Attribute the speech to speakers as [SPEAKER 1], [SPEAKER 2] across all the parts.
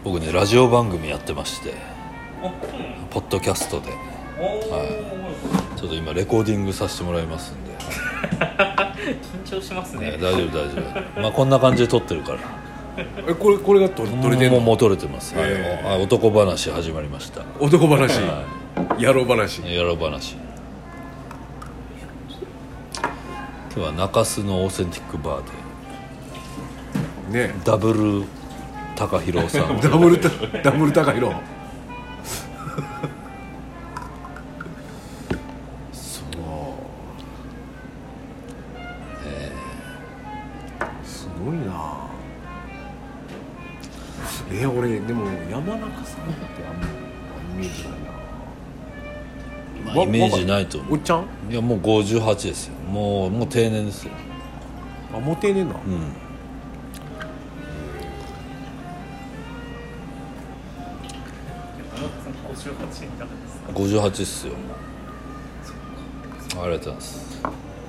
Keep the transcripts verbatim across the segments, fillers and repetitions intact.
[SPEAKER 1] 僕ねラジオ番組やってまして、ポッドキャストで、はい、ちょっと今レコーディングさせてもらいますんで
[SPEAKER 2] 緊張しますね。
[SPEAKER 1] ね、大丈夫大丈夫まあこんな感じで撮ってるから
[SPEAKER 3] えこれこれが撮れてるの？
[SPEAKER 1] もうもう撮れてます、はい
[SPEAKER 3] えー
[SPEAKER 1] あ男話始まりました。
[SPEAKER 3] 男話、
[SPEAKER 1] は
[SPEAKER 3] 野郎話。
[SPEAKER 1] 野郎話。今日は中洲のオーセンティックバーで
[SPEAKER 3] ね
[SPEAKER 1] ダブル高弘さん
[SPEAKER 3] ダブルたダブル高弘そう、
[SPEAKER 1] え
[SPEAKER 3] すごいな。えー、俺でも山中さんってあんまイメージないな。
[SPEAKER 1] ーまあ、イメージないと思う。
[SPEAKER 3] おっちゃん？
[SPEAKER 1] いやもうごじゅうはちですよ。もうもう定年ですよ。
[SPEAKER 3] あ、もう定年な。
[SPEAKER 1] うん。
[SPEAKER 2] ごじゅうはちになるんですか？
[SPEAKER 1] ごじゅうはちっすよ。ありがとうございます。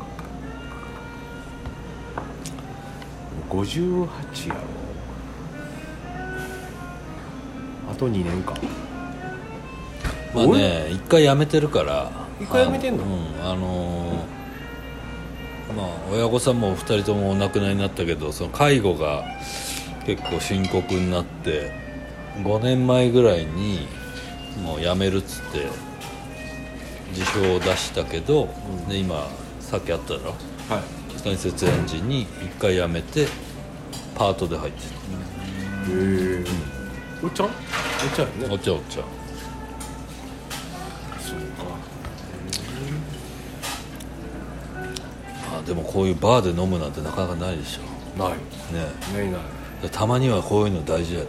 [SPEAKER 3] ごじゅうはちやろ。あとにねんか。
[SPEAKER 1] まあね、一回辞めてるから。
[SPEAKER 3] 一回辞めてんの？
[SPEAKER 1] あの、うん、あのー、まあ親御さんもお二人ともお亡くなりになったけど、その介護が結構深刻になってごねんまえぐらいにもう辞めるっつって辞表を出したけど、うん、で今さっきあっただろ、はい、北に設エンジンに一回辞めてパートで入ってる。
[SPEAKER 3] へえ、うん、おっちゃん？おっちゃんやね。
[SPEAKER 1] おっちゃんおっちゃん。
[SPEAKER 3] そうか。
[SPEAKER 1] あでもこういうバーで飲むなんてなかなかないでしょ。
[SPEAKER 3] ない
[SPEAKER 1] ね。
[SPEAKER 3] ないない。
[SPEAKER 1] たまにはこういうの大事やで。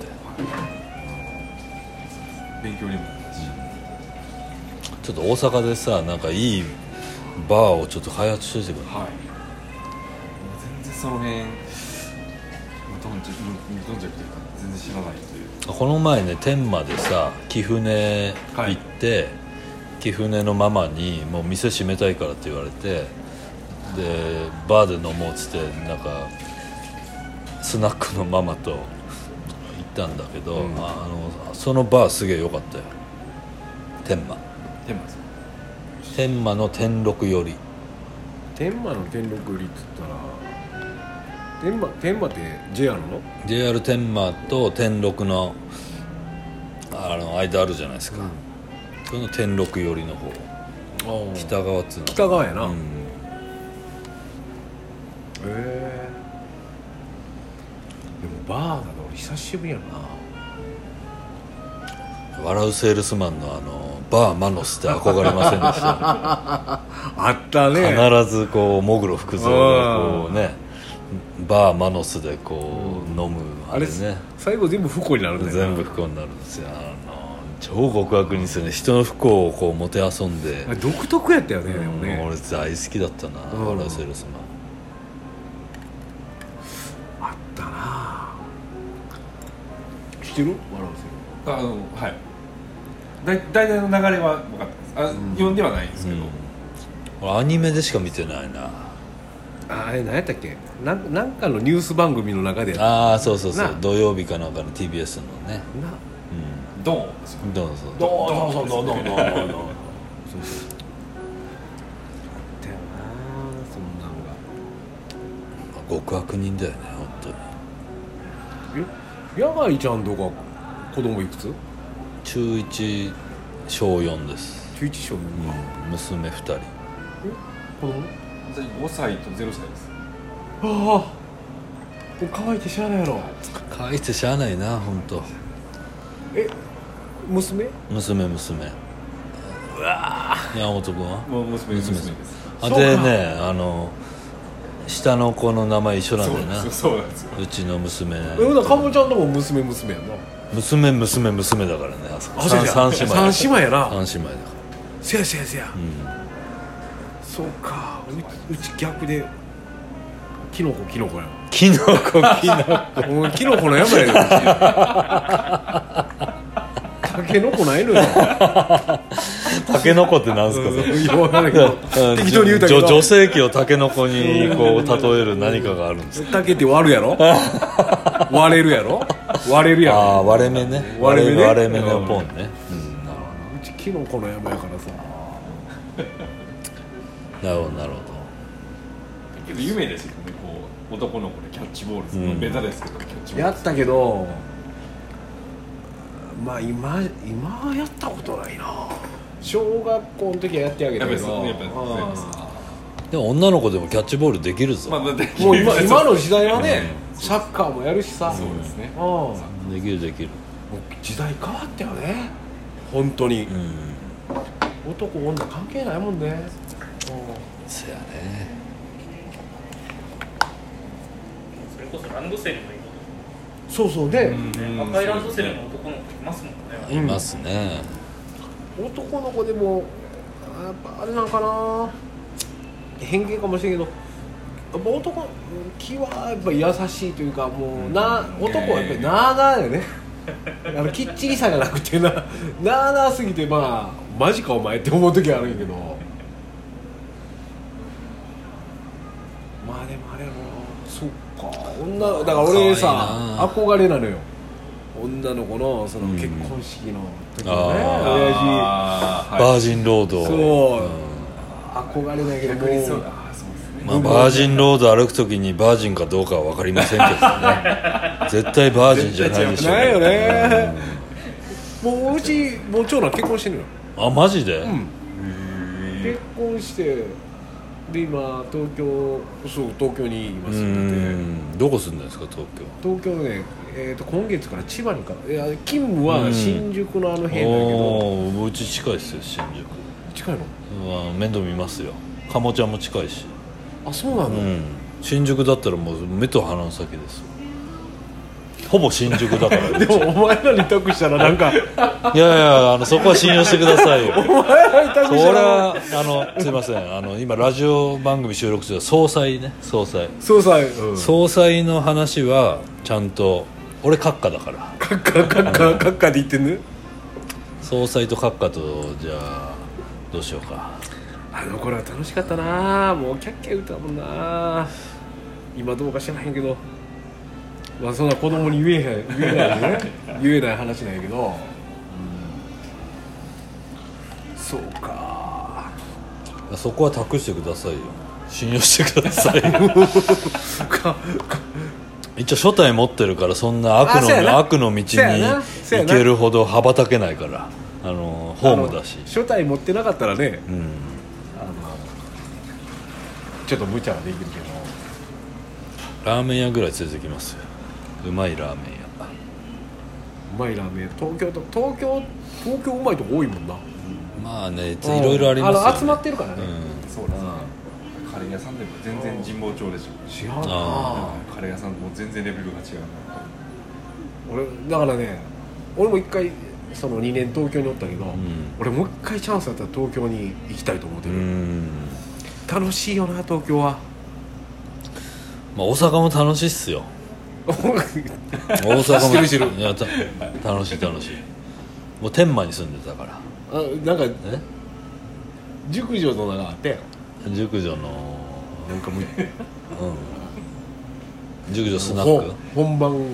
[SPEAKER 4] 勉強にもなるし、
[SPEAKER 1] ちょっと大阪でさ、なんかいいバーをちょっと開発しててくれ。
[SPEAKER 4] はい。全然その辺無頓着無頓着というか全然知らないという。
[SPEAKER 1] この前ね天満でさ貴船行って、はい、貴船のママにもう店閉めたいからって言われて、でバーで飲もうっつってなんかスナックのママと行ったんだけど、うん、あのそのバーすげえ良かったよ。天満
[SPEAKER 4] 天満ですか？
[SPEAKER 1] 天満の天禄より。
[SPEAKER 3] 天満の天禄よりっつったら天満天満って ジェイアール の
[SPEAKER 1] ジェイアール 天満と天禄のあの間あるじゃないですか、うん、その天禄寄りの方、北側っつうの。
[SPEAKER 3] 北側やな。へ、うん、
[SPEAKER 1] え
[SPEAKER 3] ー、でもバーだな。俺久しぶりやな。
[SPEAKER 1] 笑うセールスマンのあのバーマノスって憧れませんでした
[SPEAKER 3] あったね。
[SPEAKER 1] 必ずこうモグロ福蔵がこうねバーマノスでこう、うん、飲むあれね、
[SPEAKER 3] 最後全部不幸になるんだよ。
[SPEAKER 1] 全部不幸になるんですよ。あの超極悪にするね。人の不幸をこうもてあそんで。
[SPEAKER 3] あれ独特やったよね、うん、でもね。
[SPEAKER 1] 俺大好きだったな、うん、笑うセールス
[SPEAKER 3] マン。あったな。知ってる？笑うセールスマン。
[SPEAKER 4] あのはいだ大体の流れは分かってます。あ、うん、読んではないんですけど、うん、
[SPEAKER 1] 俺アニメでしか見てないな。
[SPEAKER 3] あれ何やったっけ？な、なんかのニュース番組の中で。
[SPEAKER 1] ああそうそうそう、土曜日かなんかの ティービーエス のね。
[SPEAKER 3] な、
[SPEAKER 1] うん、
[SPEAKER 4] ドーンですよ。
[SPEAKER 1] ドーンそう
[SPEAKER 3] ドーンそうドーンドーンドーンドーンドーン。そうそう。あったよな、そんなんが。
[SPEAKER 1] 極悪人だよね本当に。
[SPEAKER 3] え、野外ちゃんとか子供いくつ？
[SPEAKER 1] 中いち小よんです。
[SPEAKER 3] 中いち小よん、
[SPEAKER 1] うん、娘ふたり。え、
[SPEAKER 3] 子供？
[SPEAKER 4] ごさいとゼロさいです。
[SPEAKER 3] ああ、もう乾いてしゃあないやろ。
[SPEAKER 1] 乾いてしゃあないな本当。
[SPEAKER 3] え、娘？
[SPEAKER 1] 娘娘。
[SPEAKER 3] うわ
[SPEAKER 1] 山本君は？
[SPEAKER 4] もう娘娘です。
[SPEAKER 1] あでね、あの下の子の名前一緒なんだよな。
[SPEAKER 4] そうそうなんですよ。
[SPEAKER 1] うちの娘。
[SPEAKER 3] え、ほなかぼちゃんとも娘娘やんな。
[SPEAKER 1] 娘娘娘だからね。あそこ。
[SPEAKER 3] あ、
[SPEAKER 1] 三三姉妹。
[SPEAKER 3] 三姉妹やな。
[SPEAKER 1] 三姉妹だから。
[SPEAKER 3] せやせやせや。
[SPEAKER 1] うん。
[SPEAKER 3] そうか。う, うち逆でキノコキノコや。
[SPEAKER 1] キノコキノコ。
[SPEAKER 3] もうキノコの山やで。タケノコないのよ。
[SPEAKER 1] タケノコってなんすかそれ。
[SPEAKER 3] 言わないけど適当に言うたけど
[SPEAKER 1] 女性器をタケノコにこう例える何かがあるんですか。
[SPEAKER 3] タケって割るやろ。割れるやろ。 割れるやん。
[SPEAKER 1] ああ割れ目ね
[SPEAKER 3] 割れ目ね
[SPEAKER 1] 割れ目のポンね、うん、なるほど。
[SPEAKER 3] うちキノコの山やからさ。
[SPEAKER 1] なるほどなるほ
[SPEAKER 4] 結構夢ですよね、こう男の子でキャッチボールするの、
[SPEAKER 1] うん
[SPEAKER 4] ベタですけどキャッチボール
[SPEAKER 3] やったけど、まあ今今はやったことないな。小学校の時はやってあげたけど、
[SPEAKER 4] やっぱりそうやっぱりそうやっぱりそう
[SPEAKER 3] あ
[SPEAKER 1] ど。でも女の子でもキャッチボールできるぞ、
[SPEAKER 4] まあ、だって
[SPEAKER 3] ーもう今今の時代はね、
[SPEAKER 1] うん
[SPEAKER 3] サッカーもやるしさ。
[SPEAKER 4] そうですね、
[SPEAKER 3] うんもう
[SPEAKER 1] できるできる、
[SPEAKER 3] 時代変わったよね。本当に、
[SPEAKER 1] うん、
[SPEAKER 3] 男女関係ないもんね。
[SPEAKER 1] そやね。
[SPEAKER 2] それこそランドセルの
[SPEAKER 3] そうそうで、
[SPEAKER 4] うん
[SPEAKER 2] 赤いランドセルの男の子いますもんね。
[SPEAKER 1] いますね、
[SPEAKER 3] 男の子でもやっぱあれなんかな、偏見かもしれんけど、やっぱ男気はやっぱ優しいというか、もうな男はやっぱりなあなあよね。あのきっちりさじゃなくてななあなあすぎて、まあマジかお前って思う時はあるんやけど、まあでもあれもそっか、女だから俺さ憧れなのよ、女の子のその結婚式の時のね、
[SPEAKER 1] あ
[SPEAKER 3] 親
[SPEAKER 4] あー、
[SPEAKER 1] バージンロード
[SPEAKER 3] 父そう、
[SPEAKER 1] うん
[SPEAKER 3] 憧れないけど
[SPEAKER 4] 逆にそう
[SPEAKER 3] もう
[SPEAKER 4] あーそうですね、
[SPEAKER 1] まあ、バージンロード歩くときにバージンかどうかは分かりませんけどね絶対バージンじゃないでしょ
[SPEAKER 3] ないよね、もううちもう長男結婚してるのよ、
[SPEAKER 1] うん、あマジで、
[SPEAKER 3] うん、結婚してで今東京、そう東京に今
[SPEAKER 1] う
[SPEAKER 3] 住んでて、
[SPEAKER 1] んどこ住んでるんですか東京。
[SPEAKER 3] 東京ね、えー、と今月から千葉にか、いや勤務は新宿のあの辺だけど、
[SPEAKER 1] おーうち近いっすよ新宿。
[SPEAKER 3] 近いの？
[SPEAKER 1] うわ面倒見ますよ、鴨ちゃんも近いし、
[SPEAKER 3] あ、そうなの、
[SPEAKER 1] うん、新宿だったらもう目と鼻の先ですよ、ほぼ新宿だから
[SPEAKER 3] でもお前らに託したらなんか
[SPEAKER 1] いやいやあのそこは信用してくださいよ
[SPEAKER 3] お前らに託
[SPEAKER 1] それ
[SPEAKER 3] したら
[SPEAKER 1] はあのすいませんあの今ラジオ番組収録中は総裁ね総裁、
[SPEAKER 3] 総裁、うん、
[SPEAKER 1] 総裁の話はちゃんと俺閣下だから
[SPEAKER 3] カッカカッカカッカで言ってんね。
[SPEAKER 1] 総裁と閣下とじゃあどうしようか。
[SPEAKER 3] あの頃は楽しかったな、もうキャッキャ歌うもんな。今どうか知らへんけど、まあそんな子供に言えへん言えないね言えない話なんやけど、うん、そうか、
[SPEAKER 1] そこは託してくださいよ、信用してくださいよ
[SPEAKER 3] か
[SPEAKER 1] 一応初代持ってるからそんな悪
[SPEAKER 3] あそうやな
[SPEAKER 1] の悪の道に
[SPEAKER 3] そうやなそうやな
[SPEAKER 1] 行けるほど羽ばたけないからあのホームだし、
[SPEAKER 3] 初代持ってなかったらね、
[SPEAKER 1] うん、
[SPEAKER 3] あのちょっと無茶はできるけど、
[SPEAKER 1] ラーメン屋ぐらい連れてきますよ、うまいラーメン屋。
[SPEAKER 3] うまいラーメン、東京と東京東京うまいとこ多いもんな。
[SPEAKER 1] まあねいろいろありますよ、ね、
[SPEAKER 3] あの集まってるからね、
[SPEAKER 1] うん、
[SPEAKER 4] そうですね、カレー屋さんでも全然神保町でしょ、
[SPEAKER 3] 違うな
[SPEAKER 1] あ
[SPEAKER 4] カレー屋さんも全然レベルが違う
[SPEAKER 3] 俺だからね、俺も一回そのにねん東京におったけど、
[SPEAKER 1] ん
[SPEAKER 3] 俺もう一回チャンスあったら東京に行きたいと思って
[SPEAKER 1] う
[SPEAKER 3] る、
[SPEAKER 1] ん、
[SPEAKER 3] 楽しいよな東京は
[SPEAKER 1] まあ大阪も楽しいっすよ大阪も
[SPEAKER 3] 知ってる知ってる
[SPEAKER 1] いやた楽しい楽しいもう天満に住んでたから
[SPEAKER 3] あなんか
[SPEAKER 1] え
[SPEAKER 3] 熟女の中あって
[SPEAKER 1] 熟女の
[SPEAKER 3] なんかもう
[SPEAKER 1] うん熟女スナック
[SPEAKER 3] ほ本番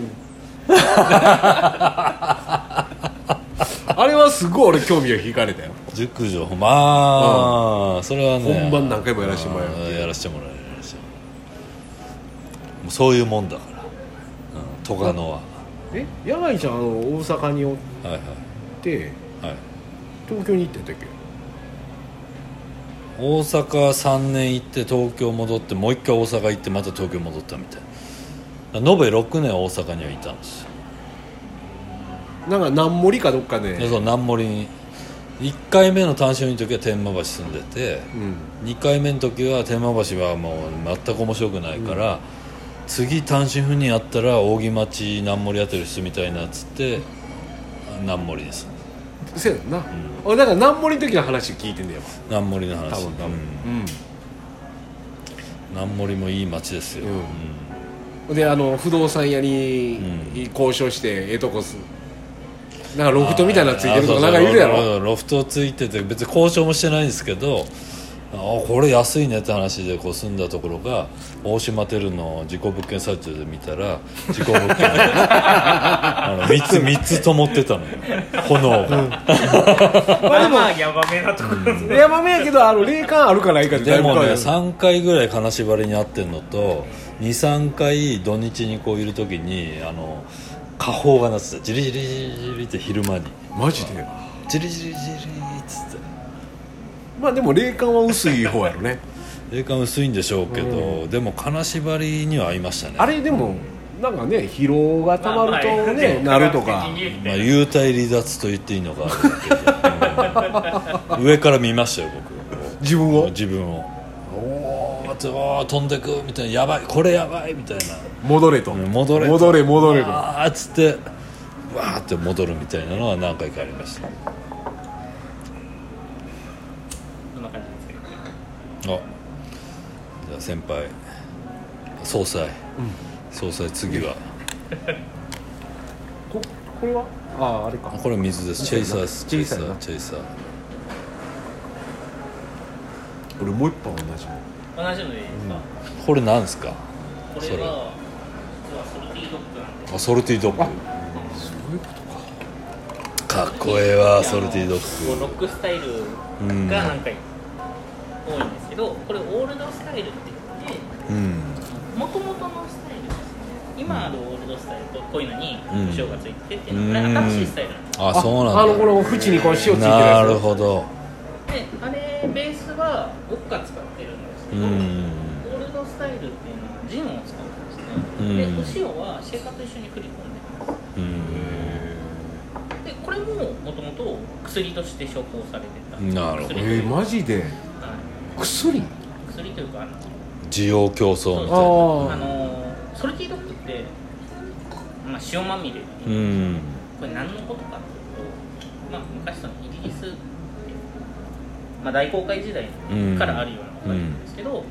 [SPEAKER 3] あれはすごい俺興味が惹かれたよ。
[SPEAKER 1] 熟女まあそれはね
[SPEAKER 3] 本番何回もやらせてもらえる
[SPEAKER 1] あーやらせてもらえるやらせてもらえるもうそういうもんだから、うん、戸賀野は
[SPEAKER 3] え柳井ちゃんあの大阪におっ
[SPEAKER 1] はいはい
[SPEAKER 3] て
[SPEAKER 1] はい
[SPEAKER 3] 東京に行ってたっけ？
[SPEAKER 1] 大阪さんねん行って東京戻ってもう一回大阪行ってまた東京戻ったみたいな延べろくねん大阪にはいたんですよ。
[SPEAKER 3] なんか南森かどっかで、
[SPEAKER 1] でそう南森にいっかいめの単身の時は天満橋住んでて
[SPEAKER 3] うん、
[SPEAKER 1] にかいめの時は天満橋はもう全く面白くないから、うん、次単身赴任あったら扇町南森あたり住みたいなっつって南森に住んで
[SPEAKER 3] そうやんな、うん、俺だから南森の時の話聞いてんだよ
[SPEAKER 1] 南森の話
[SPEAKER 3] 多分多分、
[SPEAKER 1] うん、南森もいい町ですよ、
[SPEAKER 3] うん、であの不動産屋に交渉してええとこすなんかロフトみたいなのついてるとかなんかいるやろ。
[SPEAKER 1] ロフトついてて別に交渉もしてないんですけどあこれ安いねって話でこう住んだところが大島テルの自己物件サイトで見たら自己物件あのみっつみっつ灯ってたのよ炎が、うん、
[SPEAKER 2] まあまあヤバめなところですね、
[SPEAKER 3] ヤバめやけどあの霊感あるかないかって
[SPEAKER 1] でもねさんかいぐらい金縛りにあってんのと にさんかい土日にこういる時にあの火砲が鳴ってたジリジリジリジリって昼間に
[SPEAKER 3] マジで
[SPEAKER 1] ジリジリジリっつって
[SPEAKER 3] まあでも霊感は薄い方やろね
[SPEAKER 1] 霊感薄いんでしょうけど、うん、でも金縛りには合いましたね。
[SPEAKER 3] あれでもなんかね疲労がたまるとね、まあ、なるとか、
[SPEAKER 1] まあ、幽体離脱と言っていいのかうん、上から見ましたよ僕
[SPEAKER 3] 自分を
[SPEAKER 1] 自分をおーおー飛んでくみたいなやばいこれやばいみたいな
[SPEAKER 3] 戻れと、
[SPEAKER 1] うん、戻れと
[SPEAKER 3] 戻れ戻れと
[SPEAKER 1] あーっつってわーって戻るみたいなのは何回かありました。
[SPEAKER 2] そんな感じですけど
[SPEAKER 1] あじゃあ先輩総裁、うん、総裁次は
[SPEAKER 3] こ, これはあああれか
[SPEAKER 1] これ水ですチェイサーですチェイサーチェイサー
[SPEAKER 3] 俺もう一本同じ
[SPEAKER 2] 同じのでいいですか、
[SPEAKER 1] うん、これなんですか
[SPEAKER 2] これはソルティードッグなんで
[SPEAKER 1] あソルティードッグ
[SPEAKER 3] そういうこと
[SPEAKER 1] かかっこええわソルティードッグ
[SPEAKER 2] ロックスタイルがなんか多いんですけど、これオールドスタイルって言ってもともとのスタイルですね。今あるオールドスタイルとこういうのに塩がついてっていうのが新しいスタイルなんです。
[SPEAKER 1] あ、そうなんだ。
[SPEAKER 3] あのこの縁にこう塩ついてるやつ。
[SPEAKER 1] なるほど。
[SPEAKER 2] で、あれベースはウォッカ使ってるんですけど、オールドスタイルっていうのはジンを使うんですね。で、お塩はシェーカーと一緒に振り込んでます。で、これももともと薬として処方されてた。
[SPEAKER 1] なるほど。
[SPEAKER 3] えー、マジで、はい、薬
[SPEAKER 2] 薬というかあの
[SPEAKER 1] 需要競争みたいな。
[SPEAKER 2] あのソルティードッグって、まあ、塩まみれ、うん、これ何のことかというと、まあ、昔そのイギリス、まあ、大航海時代からあるようなことなんですけど、うん、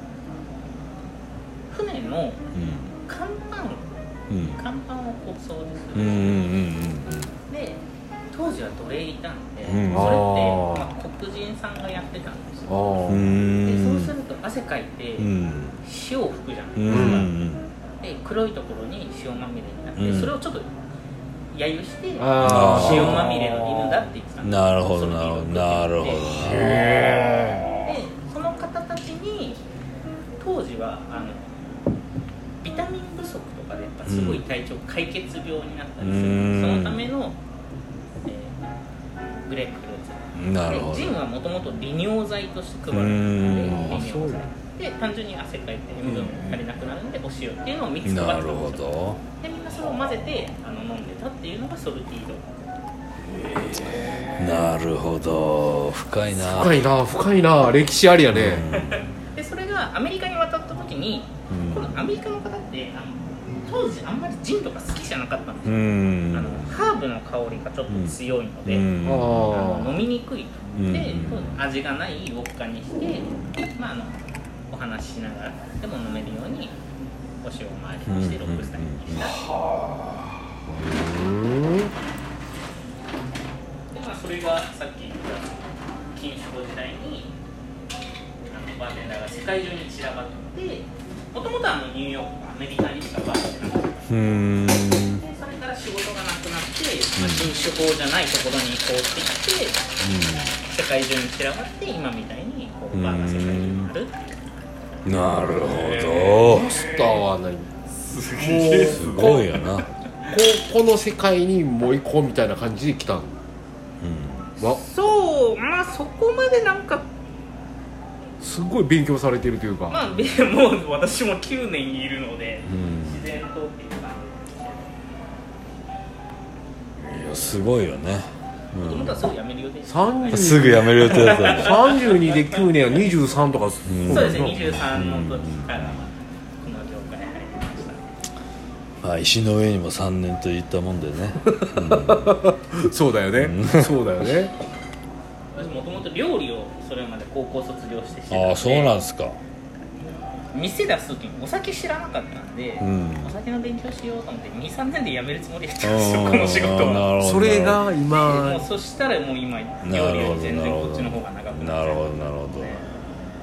[SPEAKER 2] 船の甲板、うん、甲板をこう掃除する、うんうんうん、で当時は奴隷いたんで、うん、それって、まあ、黒人さんがやってたんですよ。でそうすると汗かいて、うん、塩を吹くじゃないですか、うん、で黒いところに塩まみれになって、うん、それをちょっと揶揄して塩まみれの犬だって言ってたんですよ。
[SPEAKER 1] なるほどなるほどなるほど。
[SPEAKER 2] でその方たちに当時はあのビタミン不足とかでやっぱすごい体調解決病になったりする、うん、そのための、えー、グレープフルーツ
[SPEAKER 1] なるほど。
[SPEAKER 2] ジンはもともと利尿剤として配られている利尿剤で単純に汗かいて塩分足りなくなるんでお塩っていうのをみっつ配ってたんですよ。なるほど。でみんなそれを混ぜてあの飲んでたっていうのがソルティードッグ。
[SPEAKER 1] えー、なるほど。深いな
[SPEAKER 3] 深いな深いな歴史ありやね、
[SPEAKER 2] うん、でそれがアメリカに渡った時に、うん、このアメリカの方ってあの当時あんまりジンとか好きじゃなかったんですよ、うん、あのハーブの香りがちょっと強いので、うん、あの飲みにくいと思って、うん、味がないウォッカにして、まあ、あのお話ししながらでも飲めるようにお塩を周りにしてロックスタイルにした、うん、で、まあ、それがさっき言った禁酒時代にあのバーテンダーが世界中に散らばってもともとはニューヨークアメリカにしかバーしてなかった。うーんでそれから仕事がなくなって、まあ、禁酒法じゃないところにこうってきて、うん、世界中に散らばって今みたいにこうバーが世界中になる。
[SPEAKER 1] なるほど。
[SPEAKER 3] マスターは何
[SPEAKER 1] すげえすごいよな。こ
[SPEAKER 3] この世界にもう一個みたいな感じで来たの、
[SPEAKER 2] うんま、そうまあそこまでなんか
[SPEAKER 3] すごい勉強されてるというか、
[SPEAKER 2] まあ、もう私もきゅうねんいるので、うん、自然とっていう感
[SPEAKER 1] じ。いやすごいよね。
[SPEAKER 2] もともとはすぐ辞める予定
[SPEAKER 1] すぐ辞める予定だったんだ。
[SPEAKER 3] さんじゅうにできゅうねんはにじゅうさんとか、うん、
[SPEAKER 2] そうですねにじゅうさんの時からこの業界に入りました。
[SPEAKER 1] まあ石の上にもさんねんといったもんでね、
[SPEAKER 3] うん、そうだよね、うん、そうだよね。
[SPEAKER 2] 私もともと料理をそれまで高校卒業してしてたので、
[SPEAKER 1] ああそうなんですか。
[SPEAKER 2] 店出す時にお酒知らなかったんで、うん、お酒の勉強しようと思って にさんねんで辞めるつもりだったんですよこの仕事は。
[SPEAKER 3] それが今
[SPEAKER 2] もうそしたらもう今料理より全然こっちの方が長くなっちゃう。
[SPEAKER 1] なるほどなるほど。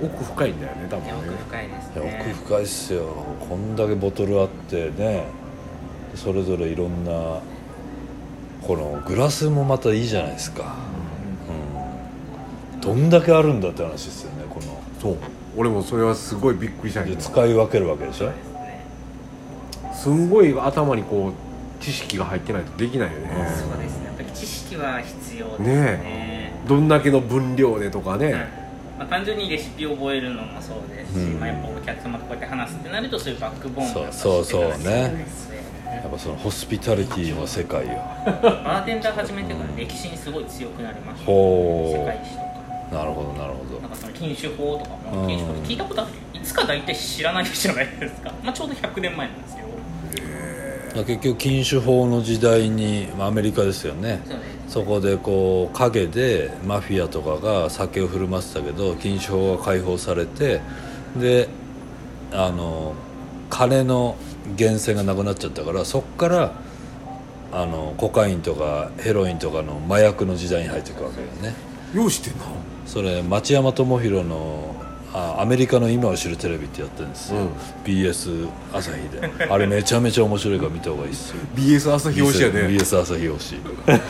[SPEAKER 3] 奥深いんだよね多分ね。
[SPEAKER 2] 奥深いですね。
[SPEAKER 1] 奥深いっすよ。こんだけボトルあってね、それぞれいろんなこのグラスもまたいいじゃないですか、うん、どんだけあるんだって話ですよね。この
[SPEAKER 3] そう俺もそれはすごいびっくりしたけ
[SPEAKER 1] で
[SPEAKER 3] ど、
[SPEAKER 1] 使い分けるわけでしょ。
[SPEAKER 3] すんごい頭にこう知識が入ってないとできないよね。
[SPEAKER 2] そうですね、やっぱり知識は必要ですね。
[SPEAKER 3] ねどんだけの分量でとかね、
[SPEAKER 2] はい、まあ、単純にレシピを覚えるのもそうですし、
[SPEAKER 1] うん、
[SPEAKER 2] まあ、やっぱお客様とこうやって話すってなるとそういうバックボーンがやっぱ
[SPEAKER 1] そうそうそうね、
[SPEAKER 2] や
[SPEAKER 1] やっぱそのホスピタリティの世界よ。
[SPEAKER 2] バーテンダー始めてから歴史にすごい強くなりました、ね、
[SPEAKER 1] ほう
[SPEAKER 2] 世界史とか。
[SPEAKER 1] なるほどなるほど。
[SPEAKER 2] なんかその禁酒法とかも、禁酒法って聞いたことある、いつか大体知らないじゃないですか、まあ、ちょうどひゃくねんまえなんですよ。
[SPEAKER 1] 結局禁酒法の時代に、まあ、アメリカですよね。
[SPEAKER 2] そうね、
[SPEAKER 1] そこでこう陰でマフィアとかが酒を振る舞ってたけど禁酒法が解放されて、であの金の源泉がなくなっちゃったから、そっからあのコカインとかヘロインとかの麻薬の時代に入っていくわけよね。
[SPEAKER 3] よう知ってんの。
[SPEAKER 1] それ町山智博のあアメリカの今を知るテレビってやってるんですよ、うん、ビーエス 朝日で。あれめちゃめちゃ面白いから見た方がいいですよ。
[SPEAKER 3] ビーエス 朝日推しやね。
[SPEAKER 1] ビーエス 朝日推し。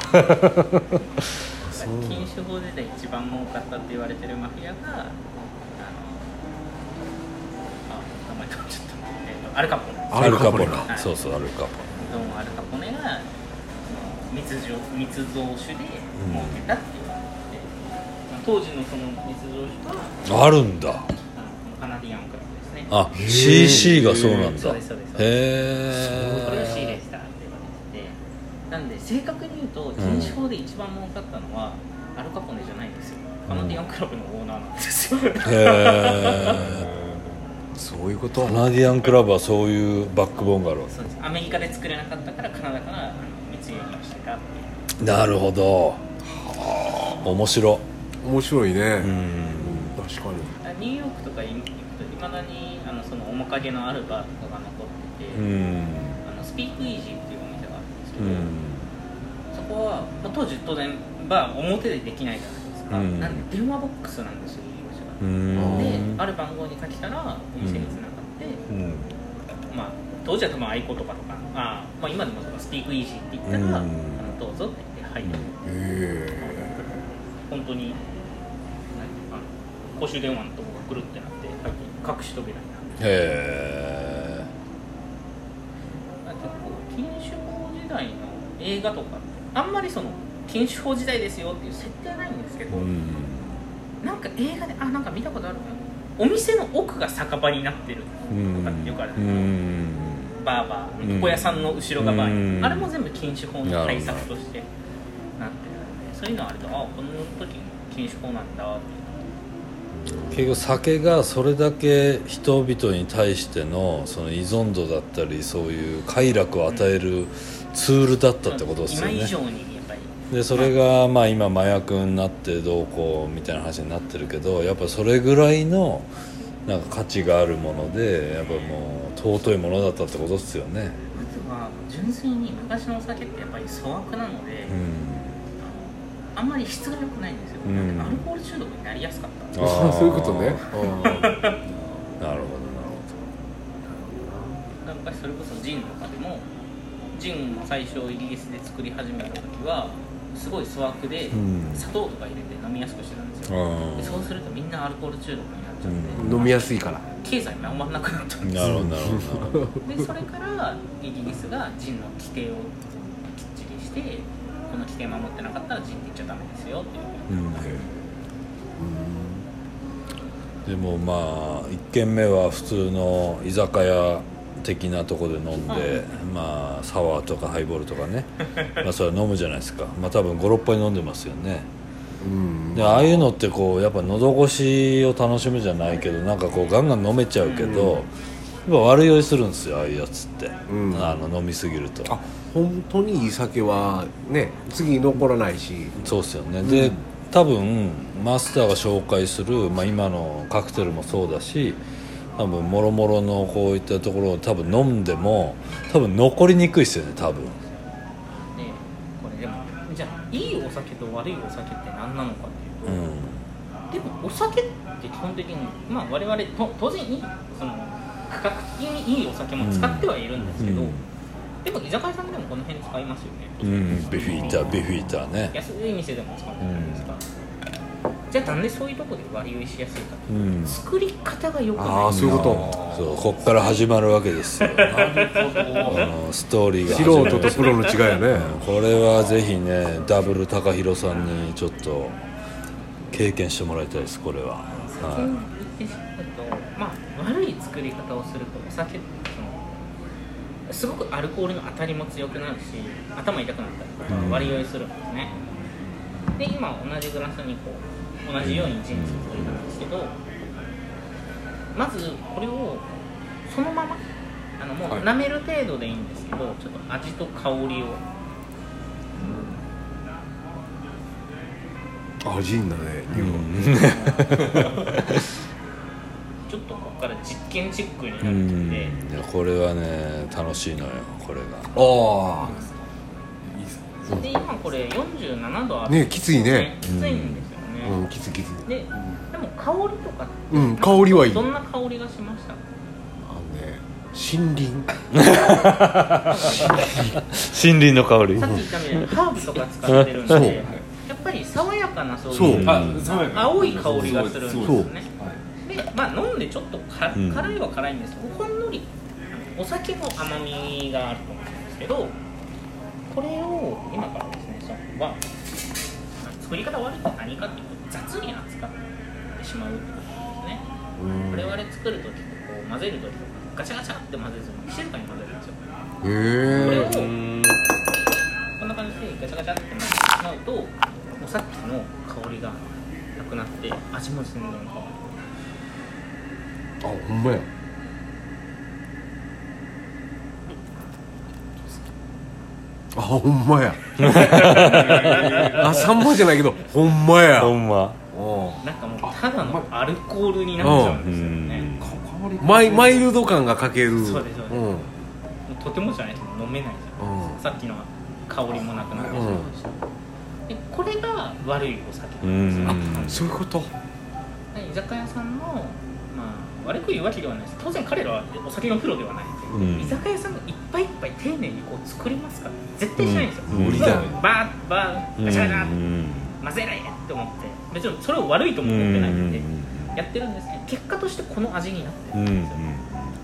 [SPEAKER 2] 禁酒法時代一番儲かったって言われてるマフィアが、あのあ名前変わっちゃった、えーと、アルカポネ。
[SPEAKER 1] アルカポネ、
[SPEAKER 2] はい、
[SPEAKER 1] そうそうアルカポネ。
[SPEAKER 2] どうもアルカポネが密造密造酒で儲けたって言われて、うん、当時のその密造酒は
[SPEAKER 1] あるんだ。
[SPEAKER 2] あのカナディアンクラブですね。
[SPEAKER 1] あ シーシー がそうなんだ。
[SPEAKER 2] そうですそうです。
[SPEAKER 1] へ
[SPEAKER 2] これを仕入れしたって言われてて、なんで正確に言うと禁酒法で一番儲かったのは、うん、アルカポネじゃないんですよ。カナディアンクラブのオーナーなんですよ。へ
[SPEAKER 1] え。
[SPEAKER 3] そういうこと。
[SPEAKER 1] カナディアンクラブはそういうバックボーンがあるわけ。
[SPEAKER 2] そうです。アメリカで作れなかったからカナダからあの密輸入してたっていう。
[SPEAKER 1] なるほど。はあ、面白
[SPEAKER 3] 面白いね。
[SPEAKER 1] うん、
[SPEAKER 3] 確か
[SPEAKER 2] に。ニューヨークとか行くといまだにあのその面影のあるバーとかが残ってて、うん、あのスピークイージーっていうお店があるんですけど、うん、そこは、まあ、当時当然バー表でできないじゃないですか、うん、なんで電話ボックスなんですよ、入り口が。で、ある番号にかけたらお店につながって、うん、まあ、当時は多分アイコとかとか、あ、まあ、今でもスピークイージーって言ったら、うん、あのどうぞって言って入る、うん、本当に公衆電話のとこがぐるってなって入って隠し扉になって、へえ。結構禁酒法時代の映画とかあんまりその禁酒法時代ですよっていう設定はないんですけど、うん、なんか映画であなんか見たことあるな、お店の奥が酒場になってるとかってよくあるんですけど、うん、バーバー床屋さんの後ろがバーに、うん、あれも全部禁酒法の対策としてなってるので、そういうのあるとあこの時禁酒法なんだって。
[SPEAKER 1] 結局酒がそれだけ人々に対してのその依存度だったりそういう快楽を与えるツールだったってことですよね。
[SPEAKER 2] 今以上にやっぱり。
[SPEAKER 1] でそれがまあ今麻薬になってどうこうみたいな話になってるけど、やっぱそれぐらいのなんか価値があるものでやっぱもう尊いものだったってことですよね。
[SPEAKER 2] あとは純粋に昔のお酒ってやっぱり粗悪なので、うん、あんまり質が良くないんですよ、うん、アルコール中毒になりやすかった。
[SPEAKER 3] あそういうことね。なるほどなるほど。
[SPEAKER 2] 昔それこそジンとかでもジンを最初イギリスで作り始めた時はすごい粗悪で砂糖とか入れて飲みやすくしてたんですよ、うん、でそうするとみんなアルコール中毒になっちゃって、
[SPEAKER 3] うん、飲みやすいから
[SPEAKER 2] 経済回らなくなったんですよ。
[SPEAKER 1] なるほどなるほど。
[SPEAKER 2] でそれからイギリスがジンの規定をきっちりして、この規定守ってなかったらジンって言っちゃダメですよっていう、うん
[SPEAKER 1] でもまあいっけんめは普通の居酒屋的なとこで飲んで、まあサワーとかハイボールとかねまあそれは飲むじゃないですか。まあ多分ご、ろっぱい飲んでますよね。でああいうのってこうやっぱ喉越しを楽しむじゃないけどなんかこうガンガン飲めちゃうけど、やっぱ悪酔いするんですよああいうやつって、うん、あの飲みすぎると。
[SPEAKER 3] あ本当にいい酒はね次残らないし。
[SPEAKER 1] そうですよね。で、うん多分マスターが紹介する、まあ、今のカクテルもそうだし多分もろもろのこういったところを多分飲んでも多分残りにくいですよね多分。
[SPEAKER 2] ねこれでもじゃあいいお酒と悪いお酒って何なのかっていうと、うん、 でもお酒って基本的に、まあ、我々と当然いいその価格的にいいお酒も使ってはいるんですけど、うん、でも居酒屋さんでもこの辺使いますよね。
[SPEAKER 1] うん、ビフィータービフィーターね、
[SPEAKER 2] 安い店でも使ってるんですか、うん、じゃあなんでそういうところで割り売りしやすいかというと、うん、作り方が良くない。
[SPEAKER 3] ああ、そういうこと
[SPEAKER 1] そう、こっから始まるわけですよなるほどあのストーリーが始まる。
[SPEAKER 3] 素人とプロの違いやね、
[SPEAKER 1] うん、これはぜひねダブル高弘さんにちょっと経験してもらいたいです。これは、
[SPEAKER 2] 先に言ってしまうと、まあ、悪い作り方をするとお酒ってそのすごくアルコールの当たりも強くなるし頭痛くなったりとか割り酔いするんですね。で今同じグラスにこう同じようにジン注いだんですけど、まずこれをそのままあのもう舐める程度でいいんですけど、ちょっと味と香りを
[SPEAKER 3] 味んだね、うん、
[SPEAKER 2] ちょっとここから実験チックになってきて、うん、い
[SPEAKER 1] やこれはね楽しいのよこれが。
[SPEAKER 3] あ
[SPEAKER 2] あで今これよんじゅうななどある
[SPEAKER 3] ね、きついね、
[SPEAKER 2] きついんですよね、
[SPEAKER 3] うんうん、きついきつい
[SPEAKER 2] で、でも香りとか、
[SPEAKER 3] うん、香りはいい。
[SPEAKER 2] どんな香りがしました？
[SPEAKER 3] あのね、森林
[SPEAKER 1] 森林の香り。
[SPEAKER 2] さっき言ったみたいにハーブとか使ってるんでやっぱり爽やかなそういう、そう青い香りがするんですよね。で、まあ飲んでちょっとか、うん、辛いは辛いんですけど、ほんのりお酒の甘みがあると思うんですけど、これを今からですね、そのは作り方悪いと何かっていうと雑に扱ってしまうってことですね。我々作るときとこう混ぜるときとかガチャガチャって混ぜずに静かに混ぜるんですよ。
[SPEAKER 3] へー。
[SPEAKER 2] これをこんな感じでガチャガチャって混ぜてしまうとさっきの香りがなくなって味も全然変わる。
[SPEAKER 3] あ、ほんまや。あ、ほんまや。あ、サンマじゃないけどほんまや。
[SPEAKER 1] ほんま。
[SPEAKER 2] なんかもうただのアルコールになっちゃうんですよね。
[SPEAKER 3] マイ、マイルド感が欠ける。
[SPEAKER 2] そうですそうです、うん、とてもじゃないと飲めないじゃん、うん、さっきの香りもなくなってしまいました、うん、でこれが悪いお酒なんですよ。
[SPEAKER 3] あ、そういうこと。
[SPEAKER 2] 居酒屋さんの、まあ、悪く言うわけではないです。当然彼らはお酒のプロではないので、うん、居酒屋さんがいっぱいいっぱい丁寧にこう作りますから絶対しないんですよ、うん、無理だよ。バーッバーッガチャガチャって混ぜないって思って、別にそれを悪いとも思ってないんでやってるんですけど、結果としてこの味になってるんですよ、うんうん、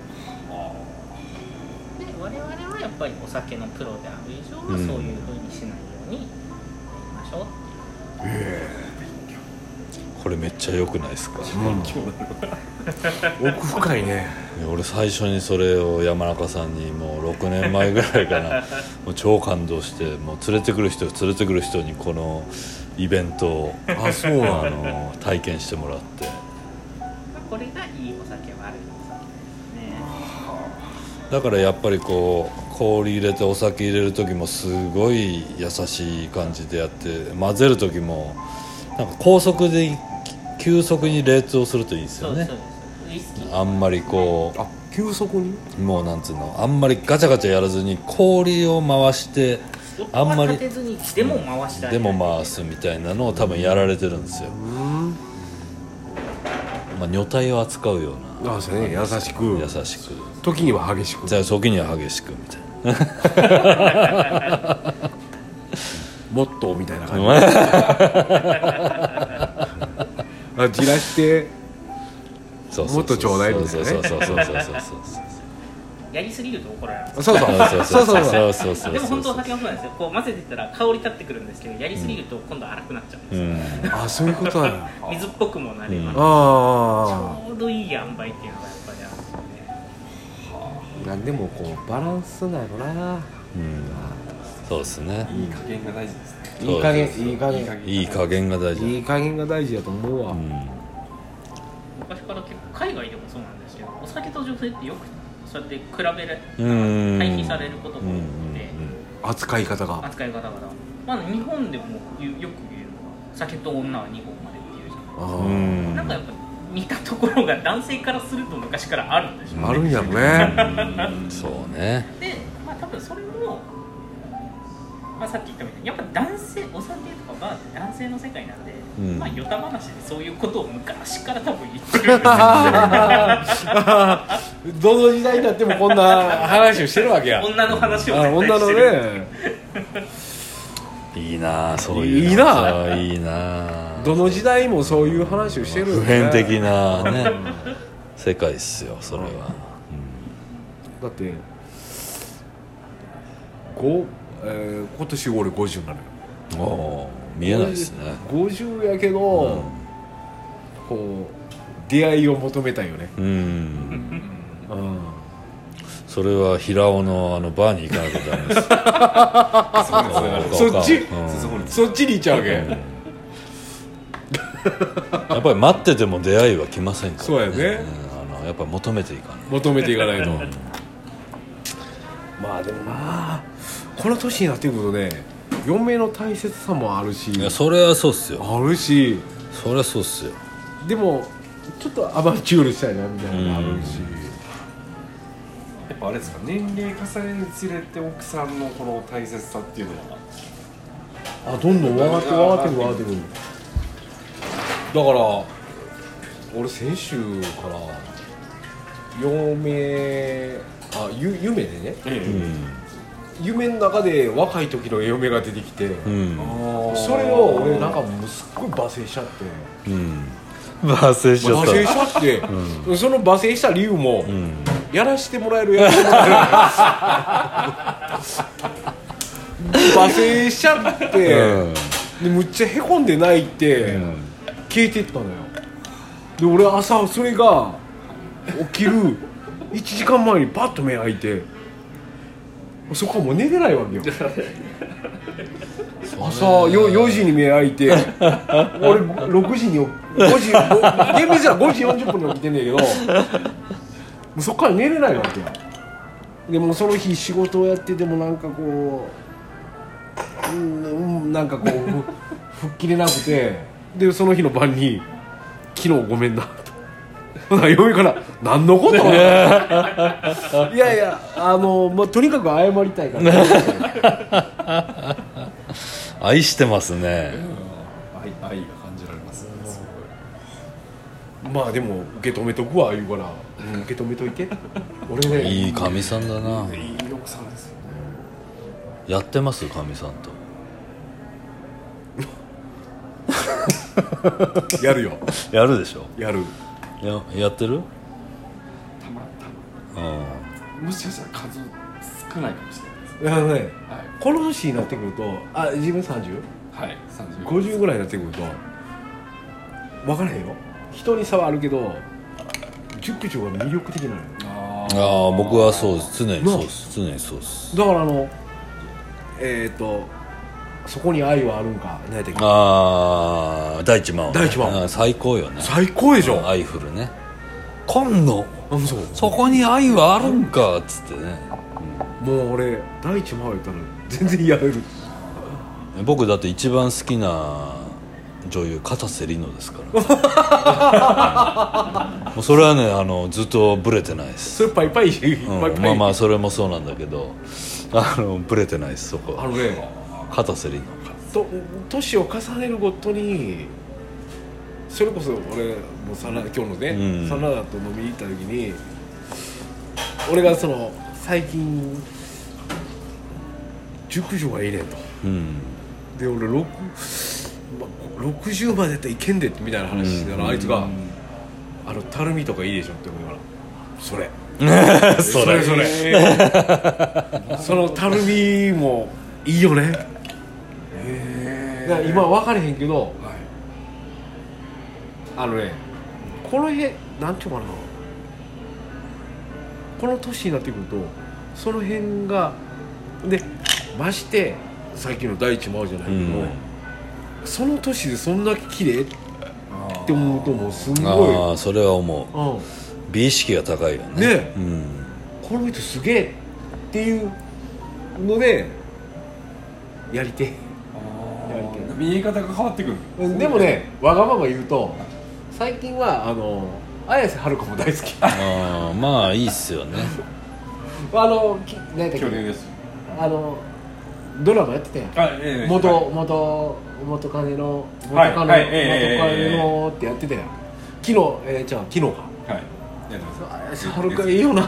[SPEAKER 2] で我々はやっぱりお酒のプロである以上はそういう風にしないようにやりましょうっていう、
[SPEAKER 3] へ
[SPEAKER 1] ー、これめっちゃ良くないですか、
[SPEAKER 3] うん、奥深いね。
[SPEAKER 1] 俺最初にそれを山中さんにもうろくねんまえぐらいかなもう超感動して、もう連れてくる人連れてくる人にこのイベントを
[SPEAKER 3] あ、そうなの
[SPEAKER 1] あの体験してもらって、
[SPEAKER 2] これがいいお酒悪いお酒ですね。
[SPEAKER 1] だからやっぱりこう氷入れてお酒入れる時もすごい優しい感じでやって、混ぜる時もなんか高速で急速に冷凍するといいですよね。そうそうです。あんまりこう、
[SPEAKER 3] あ、急速に
[SPEAKER 1] もうなんつうの、あんまりガチャガチャやらずに氷を回してあんまり
[SPEAKER 2] 立てずにでも回したい、
[SPEAKER 1] でも回すみたいなのを多分やられてるんですよ。まあ、女体を扱うような。
[SPEAKER 3] あ、そうね、優しく
[SPEAKER 1] 優しく、
[SPEAKER 3] 時には激しく、
[SPEAKER 1] じゃあ時には激しくみたいな
[SPEAKER 3] モットーみたいな感じあ、じらして
[SPEAKER 1] そうそうそう、
[SPEAKER 3] もっとちょうだいみたいなね。
[SPEAKER 1] そうそうそうそうそうそう
[SPEAKER 2] やりすぎると怒られる。
[SPEAKER 3] そうそうそうそう
[SPEAKER 1] そうそう。
[SPEAKER 2] でも本当は酒もそうなんですよ。こう混ぜてたら香り立ってくるんですけど、やりすぎると今度粗くなっちゃうんですよ、
[SPEAKER 3] うん、あ、そういうことだ
[SPEAKER 2] 水っぽくもなります、うん、
[SPEAKER 3] あ、
[SPEAKER 2] ちょうどいい塩梅っていうのがやっぱりあるんですよね。
[SPEAKER 3] なんでもこうバランスなのな、うん、
[SPEAKER 1] そうですね。
[SPEAKER 4] いい加減が大事ですね。
[SPEAKER 3] いい加減、いい加減、
[SPEAKER 1] いい加減が大事。
[SPEAKER 3] いい加減が大事だと思うわ、うん、
[SPEAKER 2] 昔から結構海外でもそうなんですけど、お酒と女性ってよくそうやって比べられ対比されることが多くて、
[SPEAKER 3] 扱い方が
[SPEAKER 2] 扱い方が、まあ、日本でもよく言うのは酒と女はにほんまでっていうじゃん。なんかやっぱ似たところが男性からすると昔からあるんでしょうね。
[SPEAKER 3] あるんやろね
[SPEAKER 1] そうね。
[SPEAKER 2] で、まあ多分それもまあ、さっき言ったみたいにやっぱ男性お酒とかバーって男性の世界なんで、うん、まあヨタ話でそういうことを昔から多分言ってるんですよ
[SPEAKER 3] どの時代になってもこんな話をしてるわけや
[SPEAKER 2] 女の話を絶対してる。
[SPEAKER 3] 女のね
[SPEAKER 1] いいなそういう
[SPEAKER 3] いいない
[SPEAKER 1] いな
[SPEAKER 3] どの時代もそういう話をしてる、ね、
[SPEAKER 1] 普遍的なね世界っすよそれは、うん、
[SPEAKER 3] だってご、えー、今年俺ごじゅうなのよ。
[SPEAKER 1] お見えないですね。
[SPEAKER 3] ごじゅうやけど、うん、こう出会いを求めたいよね。うん、うん、
[SPEAKER 1] それは平尾のあのバーに行かなきゃダメです
[SPEAKER 3] そっち、うん、そっちに行っちゃうわけ、うん、
[SPEAKER 1] やっぱり待ってても出会いは来ませんからね。
[SPEAKER 3] そうやね、うん、
[SPEAKER 1] あのやっぱり求めていかない
[SPEAKER 3] 求めていかないとまあでもまあこの年になってくるとね嫁の大切さもあるし、
[SPEAKER 1] いやそれはそうっすよ。
[SPEAKER 3] あるし
[SPEAKER 1] それはそうっすよ。
[SPEAKER 3] でもちょっとアバンチュールしたいなみたいなのもあるし、うん、
[SPEAKER 4] やっぱあれですか、年齢重ねにつれて奥さんのこの大切さっていうのは
[SPEAKER 3] あどんどん上がって上がってくる上がってくる。だから俺先週から嫁あゆ夢でね、うん、夢の中で若い時の嫁が出てきて、うん、それを俺なんかもうすっごい罵声しちゃって、
[SPEAKER 1] うん、罵声しちゃった
[SPEAKER 3] 罵声しちゃって、うん、その罵声した理由も、うん、やらしてもらえるやらしてもらえる罵声しちゃって、うん、でむっちゃへこんで泣いて、うん、消えてったのよ。で俺朝それが起きるいちじかんまえにパッと目開いてそこはもう寝れないわけよ朝 よ, よじに目開いて俺ろくじにごじ厳密にはごじよんじゅっぷんに起きてんねんけどもうそこから寝れないわけよ。でもその日仕事をやっててもなんかこう、うん、なんかこう吹っ切れなくてでその日の晩に昨日ごめんな嫁から何のこといやいやあの、まあ、とにかく謝りたいから
[SPEAKER 1] 愛してますね、
[SPEAKER 4] うん、愛, 愛が感じられますね。す
[SPEAKER 3] ごいまあでも受け止めとくわ言うから、うん、受け止めといて俺ね
[SPEAKER 1] いいかみさんだな。
[SPEAKER 4] いい奥さんですよね。
[SPEAKER 1] やってますかみさんと
[SPEAKER 3] やるよ。
[SPEAKER 1] やるでしょ。
[SPEAKER 3] やる。
[SPEAKER 1] や, やってる
[SPEAKER 4] たまたま、うん、もしかしたら数少ないかもしれないです。
[SPEAKER 3] あのね、はい、この年になってくるとあ自分 さんじゅう？
[SPEAKER 4] はいさんじゅう
[SPEAKER 3] ごじゅうぐらいになってくると分からへんよ。人に差はあるけど熟女が魅力的なのよ。
[SPEAKER 1] ああ僕はそうです。常にそうです。常にそうです。
[SPEAKER 3] だからあのえっ、ー、とそこに愛はあるんか何やったっけ。
[SPEAKER 1] ああ大地真央、ね、
[SPEAKER 3] 大地真央
[SPEAKER 1] 最高よね。
[SPEAKER 3] 最高でしょ。
[SPEAKER 1] 愛フルね。今度、
[SPEAKER 3] うん、そう
[SPEAKER 1] そこに愛はあるんかっつってね、
[SPEAKER 3] うん、もう俺大地真央言ったら全然やれる。
[SPEAKER 1] 僕だって一番好きな女優片瀬里乃ですからもうそれはねあのずっとブレてないです。
[SPEAKER 3] それパイパイ、うん、
[SPEAKER 1] パイパイまあまあそれもそうなんだけどあのブレてないですそこ。
[SPEAKER 3] あのね
[SPEAKER 1] 片瀬里
[SPEAKER 3] 乃と年を重ねるごとにそれこそ俺もさな今日のね、うん、サナダと飲みに行った時に俺がその最近熟女がいいねんと、うん、で俺 6, ろくじゅうまでやったらいけんでみたいな話してたら、うん、あいつが、うん、あのたるみとかいいでしょって思うからそれそれそれそのたるみもいいよね。へだから今分かれへんけど、はい、あのねこの辺なんていうかなこの年になってくるとその辺がでましてさっきの大地真央じゃないけど、うん、その年でそんな綺麗って思うともうすんごい
[SPEAKER 1] ああそれは思う、うん、美意識が高いよね。
[SPEAKER 3] ね、うん、この人すげえっていうのでやりてえ
[SPEAKER 4] 見え方が変わってくる。
[SPEAKER 3] でもねわがまま言うと最近はあの綾瀬はるかも大好き。
[SPEAKER 1] あまあいいっすよね
[SPEAKER 3] あの何だっけ
[SPEAKER 4] 去年です。
[SPEAKER 3] あのドラマやってたやん、
[SPEAKER 4] あ、ええ、
[SPEAKER 3] 元、
[SPEAKER 4] はい、
[SPEAKER 3] 元元カネの元
[SPEAKER 4] はい
[SPEAKER 3] カネ、
[SPEAKER 4] はいええ
[SPEAKER 3] 元カネのってやってたやん昨日、えー、じゃあ昨日か
[SPEAKER 4] はい、やってます
[SPEAKER 3] はるかいいよな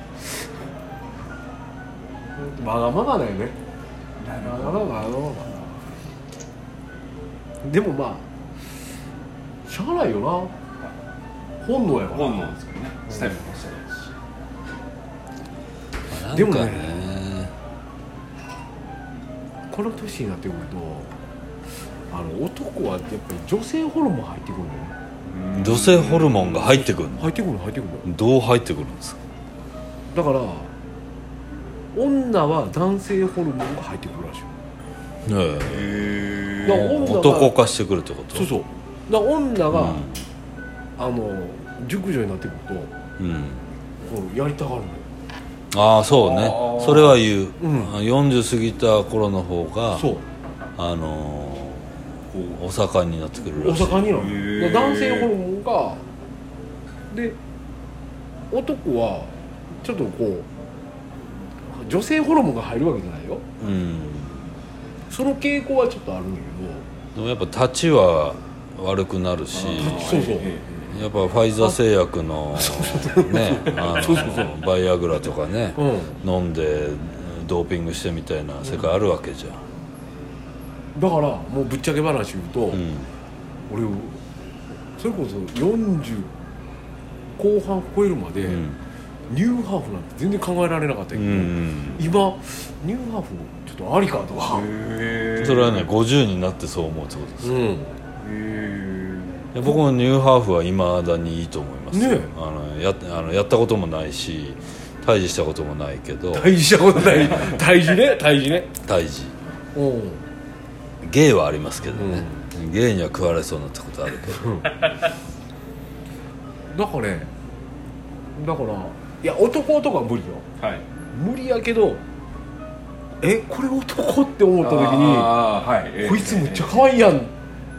[SPEAKER 3] まだまだだよねまだまだまだまだでもまあしゃあないよな本能やから
[SPEAKER 4] 本能ですけどね、したいものしたいですし、
[SPEAKER 1] なんかね
[SPEAKER 3] でもねこの年になってくるとあの男はやっぱり女性ホルモン入ってくるのよね
[SPEAKER 1] 女性ホルモンが入ってくるの？
[SPEAKER 3] 入ってくるの入ってくるの
[SPEAKER 1] どう入ってくるんですか？
[SPEAKER 3] だから女は男性ホルモンが入ってくるらしい
[SPEAKER 1] え
[SPEAKER 4] へ
[SPEAKER 3] だから女が
[SPEAKER 1] 男化してくるってこと？
[SPEAKER 3] そうそうだから女が、
[SPEAKER 1] うん
[SPEAKER 3] あの熟女になってくると
[SPEAKER 1] うん、
[SPEAKER 3] こうやりたがるのよ
[SPEAKER 1] ああそうね
[SPEAKER 4] あー
[SPEAKER 1] それは言う、
[SPEAKER 3] うん
[SPEAKER 1] よんじゅう過ぎた頃の方が
[SPEAKER 3] そう
[SPEAKER 1] あのー、お盛んになってくるらしい。
[SPEAKER 3] お盛んにな
[SPEAKER 4] へ
[SPEAKER 3] る
[SPEAKER 4] ー
[SPEAKER 3] だから男性ホルモンがで男はちょっとこう女性ホルモンが入るわけじゃないよ
[SPEAKER 1] うん
[SPEAKER 3] その傾向はちょっとあるんだ
[SPEAKER 1] でもやっぱ立ちは悪くなるし
[SPEAKER 3] そうそう
[SPEAKER 1] やっぱファイザー製薬のねあの
[SPEAKER 3] そうそうそう
[SPEAKER 1] バイアグラとかね
[SPEAKER 3] けど、うん、
[SPEAKER 1] 飲んでドーピングしてみたいな世界あるわけじゃん、
[SPEAKER 3] だからもうぶっちゃけ話言うと、
[SPEAKER 1] うん
[SPEAKER 3] 俺それこそよんじゅう後半超えるまで、
[SPEAKER 1] うん
[SPEAKER 3] ニューハーフなんて全然考えられなかったけど、
[SPEAKER 1] うん
[SPEAKER 3] 今ニューハーフちょっとありかとか、
[SPEAKER 4] へ
[SPEAKER 1] それはねごじゅうになってそう思うってことです、
[SPEAKER 3] うん、
[SPEAKER 4] え
[SPEAKER 1] いや僕もニューハーフは未だにいいと思いますよ、
[SPEAKER 3] ねえ
[SPEAKER 1] あの や, あのやったこともないし退治したこともないけど
[SPEAKER 3] 大事したことない大事ね大事ね
[SPEAKER 1] 退治
[SPEAKER 3] うん
[SPEAKER 1] ゲイはありますけどね、ゲイには食われそうになったことあるけど
[SPEAKER 3] だからねだからいや男男は無理よ
[SPEAKER 4] はい
[SPEAKER 3] 無理やけどえこれ男って思った時に
[SPEAKER 4] あー、はいえー
[SPEAKER 3] こいつむっちゃ可愛いやん
[SPEAKER 4] はい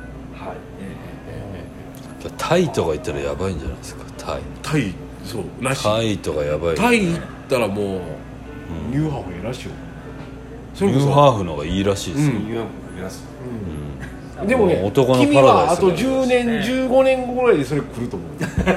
[SPEAKER 1] タイとか行ったらやばいんじゃないですか。タイ
[SPEAKER 3] タイそうらしい
[SPEAKER 1] タイとかやばい、ね、
[SPEAKER 3] タイ行ったらもう、ニューハーフええらしいよそれこそ
[SPEAKER 1] ニューハーフの方がいいらしいですよ、
[SPEAKER 3] うん
[SPEAKER 4] ニューヨーク目指す
[SPEAKER 3] でもね
[SPEAKER 1] もう男の
[SPEAKER 3] 君
[SPEAKER 1] パラダイス
[SPEAKER 3] はあとじゅうねんじゅうごねんごぐらいでそれ来ると思う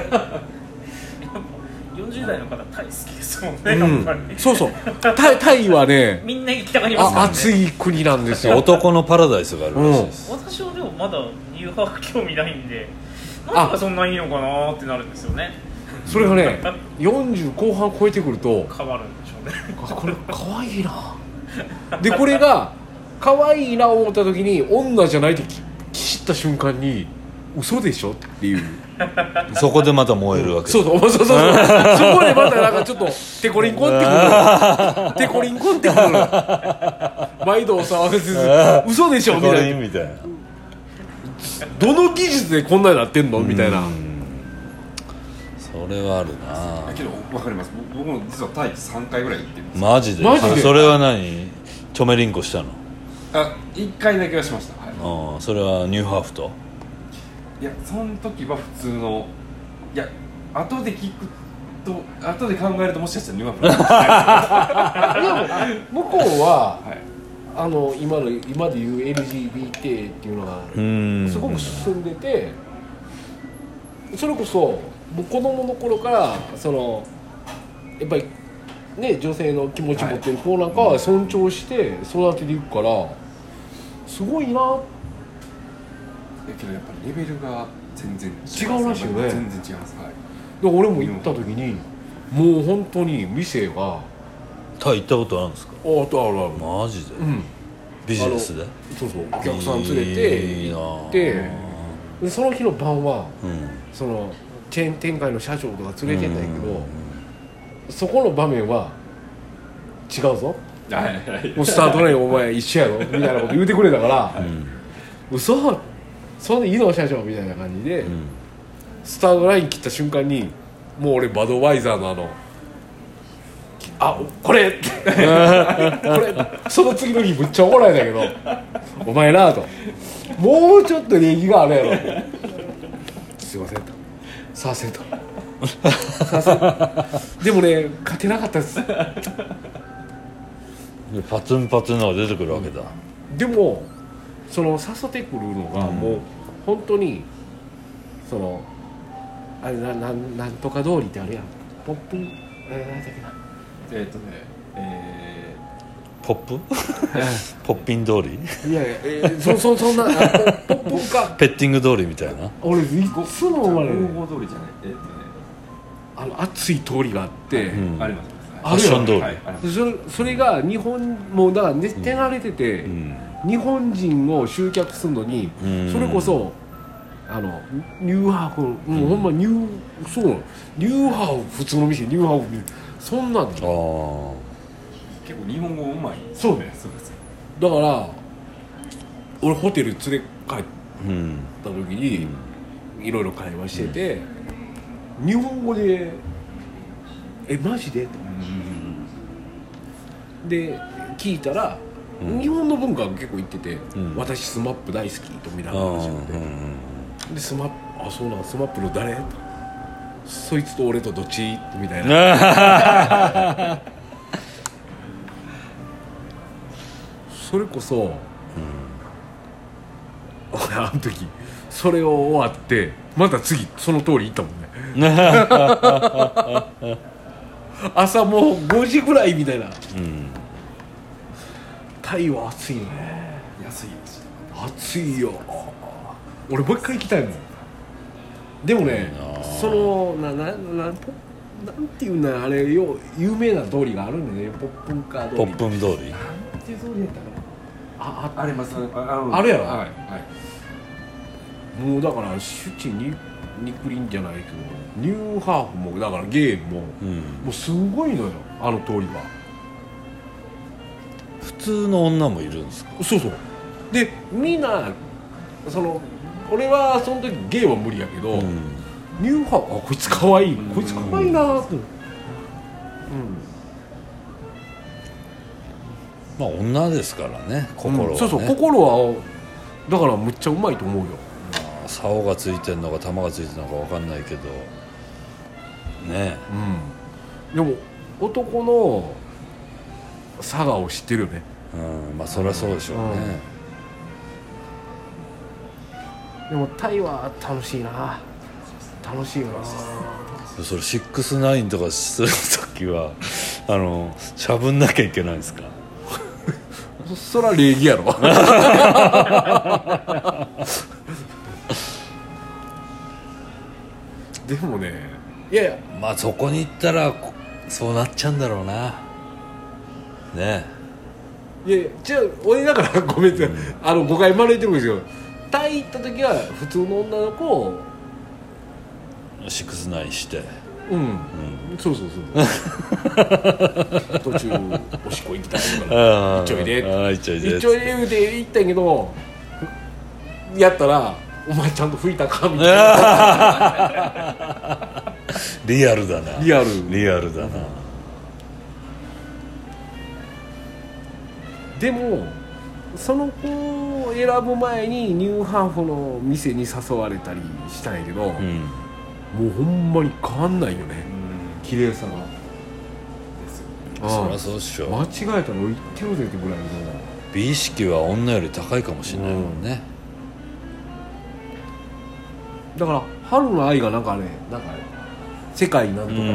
[SPEAKER 2] よんじゅう代の方タイ好きですもんね、
[SPEAKER 3] うん
[SPEAKER 2] やっぱり
[SPEAKER 3] そうそうタイ、タイはね
[SPEAKER 2] みんな行きたがりますか
[SPEAKER 3] あ
[SPEAKER 2] らね。
[SPEAKER 3] 暑い国なんですよ
[SPEAKER 1] 男のパラダイスがあるらしいです、
[SPEAKER 2] 私はでもまだニューハーフ興味ないんでなんかそんないいのかなってなるんですよね。
[SPEAKER 3] それがねよんじゅう後半超えてくると
[SPEAKER 2] 変わるんでしょうね。
[SPEAKER 3] あこれ可愛いなでこれが可愛いな思った時に女じゃないって知った瞬間に嘘でしょっていう
[SPEAKER 1] そこでまた燃えるわけ、
[SPEAKER 3] そうそうそうそうそうそこでまたなんかちょっとテコリンコンってくるテコリンコンってくる毎度お騒がせず嘘でしょみ
[SPEAKER 1] こ
[SPEAKER 3] たいな
[SPEAKER 1] れみたいな
[SPEAKER 3] どの技術でこんなになってんのみたいな
[SPEAKER 1] それはあるな。
[SPEAKER 4] けど分かります。僕も実はタイさんかいぐらい行ってるんです。
[SPEAKER 1] マジで
[SPEAKER 3] マジで
[SPEAKER 1] それは何チョメリンコしたの？
[SPEAKER 4] あ、いっかいだけはしました。はい
[SPEAKER 1] ああそれはニューハーフと
[SPEAKER 4] いや、その時は普通の、いや、後で聞くと後で考えるともしかしたらニューハーフ
[SPEAKER 3] でも向こうは
[SPEAKER 4] はい
[SPEAKER 3] あの今の今でいう エルジービーティー っていうのが
[SPEAKER 1] うん
[SPEAKER 3] すごく進んでてそれこそ僕子供の頃からそのやっぱりね女性の気持ち持ってる子なんかは尊重して育てていくからすごいな。
[SPEAKER 4] だけどやっぱりレベルが全然違
[SPEAKER 3] 違うらしいよね
[SPEAKER 4] 全然違います。はい
[SPEAKER 3] で俺も行った時にもう本当に店が
[SPEAKER 1] タイ行ったことあるんですか？
[SPEAKER 3] ああとあるある
[SPEAKER 1] マジで、
[SPEAKER 3] うん
[SPEAKER 1] ビジネスで
[SPEAKER 3] そうそうお客さん連れて
[SPEAKER 1] いいな
[SPEAKER 3] 行ってでその日の晩は
[SPEAKER 1] うん
[SPEAKER 3] そのチェーン展開の社長とか連れてんだけど、そこの場面は違うぞ
[SPEAKER 4] はいはい
[SPEAKER 3] もうスタートラインお前一緒やろみたいなこと言うてくれたから、
[SPEAKER 1] うん
[SPEAKER 3] 嘘そんでいいの社長みたいな感じで、
[SPEAKER 1] うん
[SPEAKER 3] スタートライン切った瞬間にもう俺バドワイザーのあのあこれってこれその次の日むっちゃ怒られたけどお前なともうちょっと礼儀があるやろすいませんとさせんとさせんでもね勝てなかったです
[SPEAKER 1] でパツンパツンのが出てくるわけだ、
[SPEAKER 3] でもその誘ってくるのがもう本当にそのあれななんなんとか通りってあるやんポップえー、何だっけな
[SPEAKER 4] えーっとねえ
[SPEAKER 1] ポップポッピン通り
[SPEAKER 3] いやいや、えー、そそそんなあポップか
[SPEAKER 1] ペッティング通りみたいな
[SPEAKER 3] 俺いつも生まれ
[SPEAKER 4] ー、大通りじゃないえーっとね
[SPEAKER 3] あの熱い通りがあって、
[SPEAKER 1] うん
[SPEAKER 4] あります
[SPEAKER 1] ファッション通り、
[SPEAKER 4] はいあります
[SPEAKER 3] それそれが日本もうだからね手慣れてて、
[SPEAKER 1] うん
[SPEAKER 3] 日本人を集客するのに、
[SPEAKER 1] うん
[SPEAKER 3] それこそあのニューハーフ、もうほんまニューそうニューハーフ普通の店ニューハーフそんなん
[SPEAKER 1] ああ
[SPEAKER 4] 結構日本語うまい
[SPEAKER 3] そう
[SPEAKER 4] ねそうです
[SPEAKER 3] だから俺ホテル連れ帰っ
[SPEAKER 1] うん
[SPEAKER 3] た時にいろいろ会話してて、日本語で「えマジで?」で聞いたら、うん、日本の文化が結構言ってて、うん、私スマップ大好きとみたいな話をして、うん、でスマップあそうなんスマップの誰そいつと俺とどっちみたいなそれこそ、うん、俺あの時それを終わってまた次その通り行ったもんね朝もうごじぐらいみたいな、うん、タイは暑いね
[SPEAKER 4] 安いです
[SPEAKER 3] 暑いよ俺もう一回行きたいもんでもねそのななななんていうんだあれよ有名な通りがあるんだよねポップンカー通り
[SPEAKER 1] ポップン通り
[SPEAKER 3] なんていう通りやったかなああ
[SPEAKER 4] あります あ,
[SPEAKER 3] あるやろ、
[SPEAKER 4] はいはい、
[SPEAKER 3] もうだから主治に肉林じゃないけどニューハーフもだからゲームも、うん、もうすごいのよあの通りは
[SPEAKER 1] 普通の女もいるんですか
[SPEAKER 3] そうそうでみんなその俺はその時ゲーは無理やけど、うん、ニューハーフあこいつかわいいこいつかわいいなーって、うん、
[SPEAKER 1] まあ女ですからね心はね、うん、
[SPEAKER 3] そうそう心はだからむっちゃうまいと思うよ
[SPEAKER 1] 竿がついてんのか玉がついてんのか分かんないけどね
[SPEAKER 3] え、うん、でも男の佐賀を知ってるよね
[SPEAKER 1] うんまあそりゃそうでしょうね、
[SPEAKER 3] うん、でもタイは楽しいな楽しいよな
[SPEAKER 1] それシックスナインとかするときはあのしゃぶんなきゃいけないんですか
[SPEAKER 3] そら礼儀やろでもねいやいや
[SPEAKER 1] まあそこに行ったらそうなっちゃうんだろうなね
[SPEAKER 3] えいやいやじゃあ俺だからごめんなさい、うん、あの誤解招いてるんですよタイ行った時は普通の女の子を
[SPEAKER 1] シックスナインして
[SPEAKER 3] うん、うん、そうそうそう途中おしっこ行きたいから一丁入れ
[SPEAKER 1] 一丁入れ
[SPEAKER 3] 一丁入れ言うて行ったんやけどやったらお前ちゃんと拭いたかみたいな
[SPEAKER 1] リアルだな
[SPEAKER 3] リアル
[SPEAKER 1] リアルだな、
[SPEAKER 3] でもその子を選ぶ前にニューハーフの店に誘われたりしたんやけど、うん、もうほんまに変わんないよね、うん、綺麗さが
[SPEAKER 1] ですよ、ね、そりゃそうっしょ
[SPEAKER 3] 間違えたら言ってるぜってぐらいの
[SPEAKER 1] 美意識は女より高いかもしれないもんね、
[SPEAKER 3] うん、だから春の愛がなんかあれなんか世界なんとか、うん、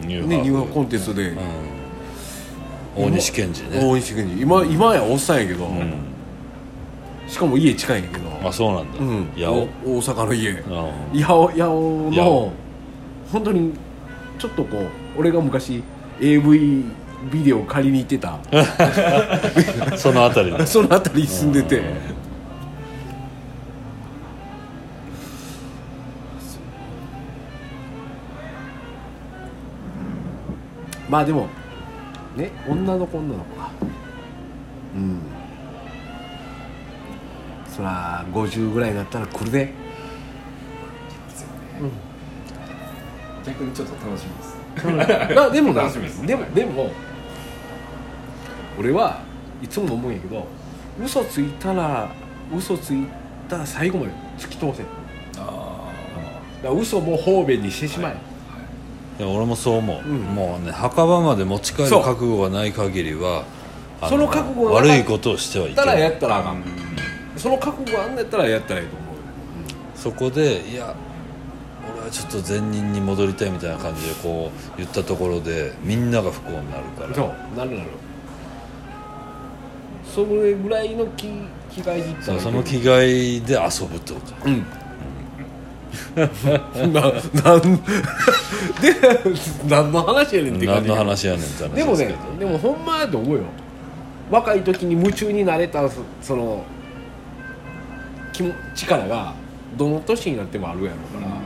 [SPEAKER 3] ニューハーフコンテストで、うん、
[SPEAKER 1] 大西健二ね
[SPEAKER 3] 大西健二 今, 今やおっさんやけど、うん、しかも家近いんやけど
[SPEAKER 1] あそうなんだ、うん、
[SPEAKER 3] 八尾大阪の家八尾八尾の本当にちょっとこう俺が昔 エーブイ ビデオ借りに行ってた
[SPEAKER 1] そのあたりで
[SPEAKER 3] そのあたりに住んでてまあでもね女の子女の子かうんそらごじゅうぐらいになったら来るで、うん、
[SPEAKER 4] 逆にちょっと楽しみです
[SPEAKER 3] あでもな
[SPEAKER 4] 楽しみです、
[SPEAKER 3] でもでも俺はいつも思うんやけど嘘ついたら嘘ついたら最後まで突き通せああ嘘も方便にしてしまえ、はい
[SPEAKER 1] いや俺もそう思う、うん、もうね墓場まで持ち帰る覚悟がない限りは
[SPEAKER 3] その覚悟が
[SPEAKER 1] 悪いことをしてはいけ
[SPEAKER 3] たら
[SPEAKER 1] ない。
[SPEAKER 3] やったらあかん、その覚悟があんのやったらやったらいいと思う。
[SPEAKER 1] そこでいや俺はちょっと善人に戻りたいみたいな感じでこう言ったところでみんなが不幸になるから。
[SPEAKER 3] そうなるなる。それぐらいの気気概にいったら
[SPEAKER 1] そうその気概で遊ぶってことだ。
[SPEAKER 3] うんななんで何の話やねんって感じ。
[SPEAKER 1] 何の話やねんって話
[SPEAKER 3] でもね
[SPEAKER 1] ですけど。
[SPEAKER 3] でもほんまやと思うよ。若い時に夢中になれたそその気も力がどの年になってもあるやろうから、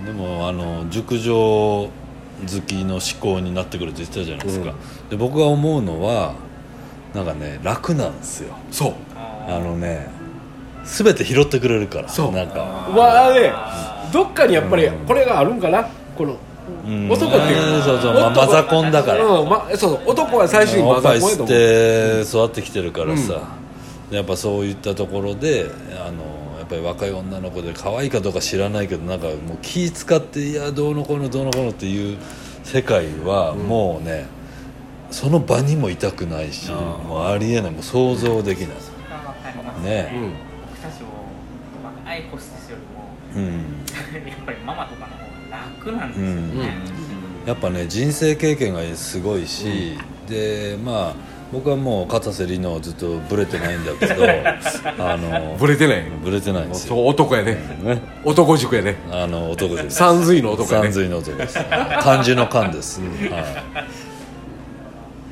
[SPEAKER 1] でもあの熟女好きの思考になってくるって言ってたじゃないですか、
[SPEAKER 3] うん
[SPEAKER 1] で僕が思うのはなんかね楽なんですよ。
[SPEAKER 3] そう
[SPEAKER 1] あのね全て拾ってくれるから
[SPEAKER 3] そう
[SPEAKER 1] なんか、
[SPEAKER 3] わあねどっかにやっぱりこれがあるんかなこの、
[SPEAKER 1] うん、
[SPEAKER 3] 男っていう
[SPEAKER 1] そうそう、ま、
[SPEAKER 3] 男
[SPEAKER 1] マザコンだから、
[SPEAKER 3] うんま、そうそう男は最終にマ
[SPEAKER 1] おっぱい
[SPEAKER 3] ザコンやと
[SPEAKER 1] 吸っ
[SPEAKER 3] 思う。
[SPEAKER 1] て育ってきてるからさ、でやっぱそういったところであのやっぱり若い女の子で可愛いかどうか知らないけどなんかもう気使っていやどうのこうのどうのこうのっていう世界はもうね、うん、その場にもいたくないし、うん、もうありえないもう想像できないね、
[SPEAKER 2] うん、僕たちも若い子たちよりも、うん、やっぱりママとかの方が楽なんですよね、うんうん、
[SPEAKER 1] やっぱね人生経験がすごいし、うん、でまあ僕はもう片瀬里乃ずっとブレてないんだけどあの
[SPEAKER 3] ブレてない
[SPEAKER 1] ブレてないんですよ。
[SPEAKER 3] そう男やね、ね男塾やね
[SPEAKER 1] あの男です
[SPEAKER 3] 三髄の男やね
[SPEAKER 1] 三髄の男です漢字の漢です、うんはい、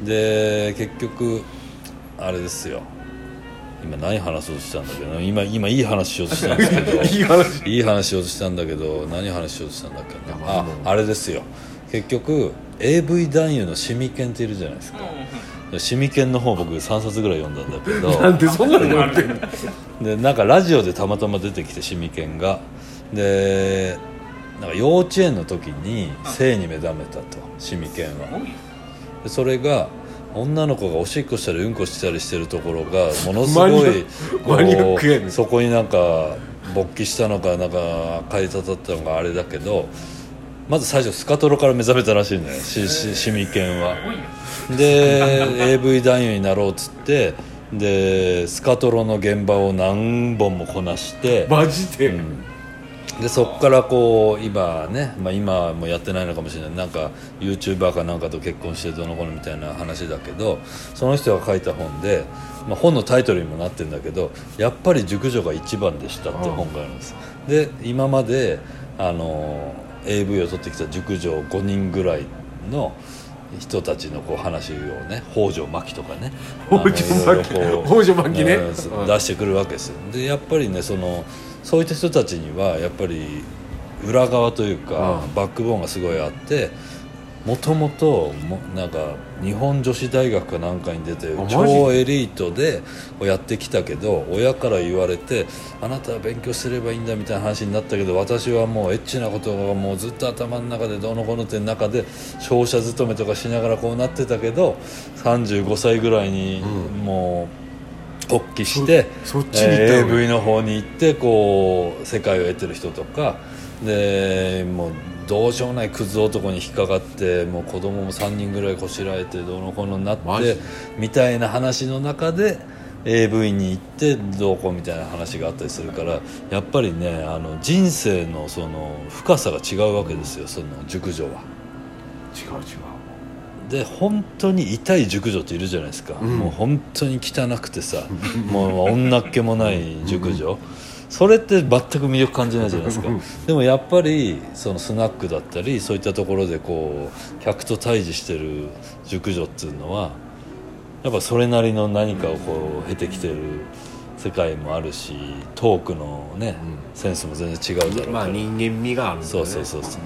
[SPEAKER 1] で結局あれですよ今何話そうとしたんだけど今今いい話しようとしたんですけどいい話いい話しようとしたんだけど何話しようとしたんだっけなああれですよ結局 エーブイ 男優のシミケンっているじゃないですか、うん、シミケンの方僕さんさつぐらい読んだんだけど
[SPEAKER 3] なんでそんなの読んでんの
[SPEAKER 1] でなんかラジオでたまたま出てきてシミケンがでなんか幼稚園の時に性に目覚めたとシミケンはでそれが女の子がおしっこしたりうんこしたりしてるところがものすごいこうそこになんか勃起したのかなんか赤いたたったのかあれだけどまず最初スカトロから目覚めたらしいんだよシミケンは。で エーブイ 男優になろうっつってでスカトロの現場を何本もこなして
[SPEAKER 3] マジで、うん
[SPEAKER 1] でそこからこう今ね、まあ、今もやってないのかもしれないなんか YouTuber かなんかと結婚してどの子のみたいな話だけどその人が書いた本で、まあ、本のタイトルにもなってるんだけどやっぱり熟女が一番でしたって本があるんです。で今まであの エーブイ を撮ってきた熟女ごにんぐらいの人たちのこう話をね北条真希とかね
[SPEAKER 3] 北条真希ね、
[SPEAKER 1] うん、出してくるわけですよ。でやっぱりねそのそういった人たちにはやっぱり裏側というか、うん、バックボーンがすごいあってもともとなんか日本女子大学かなんかに出て超エリートでやってきたけど親から言われてあなたは勉強すればいいんだみたいな話になったけど私はもうエッチなことがもうずっと頭の中でどうのこうのって中で商社勤めとかしながらこうなってたけどさんじゅうごさいぐらいにもう発起して
[SPEAKER 3] そっちに行った、
[SPEAKER 1] えー、エーブイ の方に行ってこう世界を得てる人とかでもうどうしようもないクズ男に引っかかってもう子供もさんにんぐらいこしらえてどうのこうのになってみたいな話の中で エーブイ に行ってどうこうみたいな話があったりするからやっぱりねあの人生のその深さが違うわけですよその熟女は。
[SPEAKER 3] 違う違う
[SPEAKER 1] で本当に痛い熟女っているじゃないですか、うん、もう本当に汚くてさもう女っ気もない熟女それって全く魅力感じないじゃないですかでもやっぱりそのスナックだったりそういったところでこう客と対峙してる熟女っていうのはやっぱそれなりの何かをこう経てきてる世界もあるしトークのね、うん、センスも全然違うだろうから、
[SPEAKER 3] まあ、人間味があるんだよね。
[SPEAKER 1] そうそうそうそう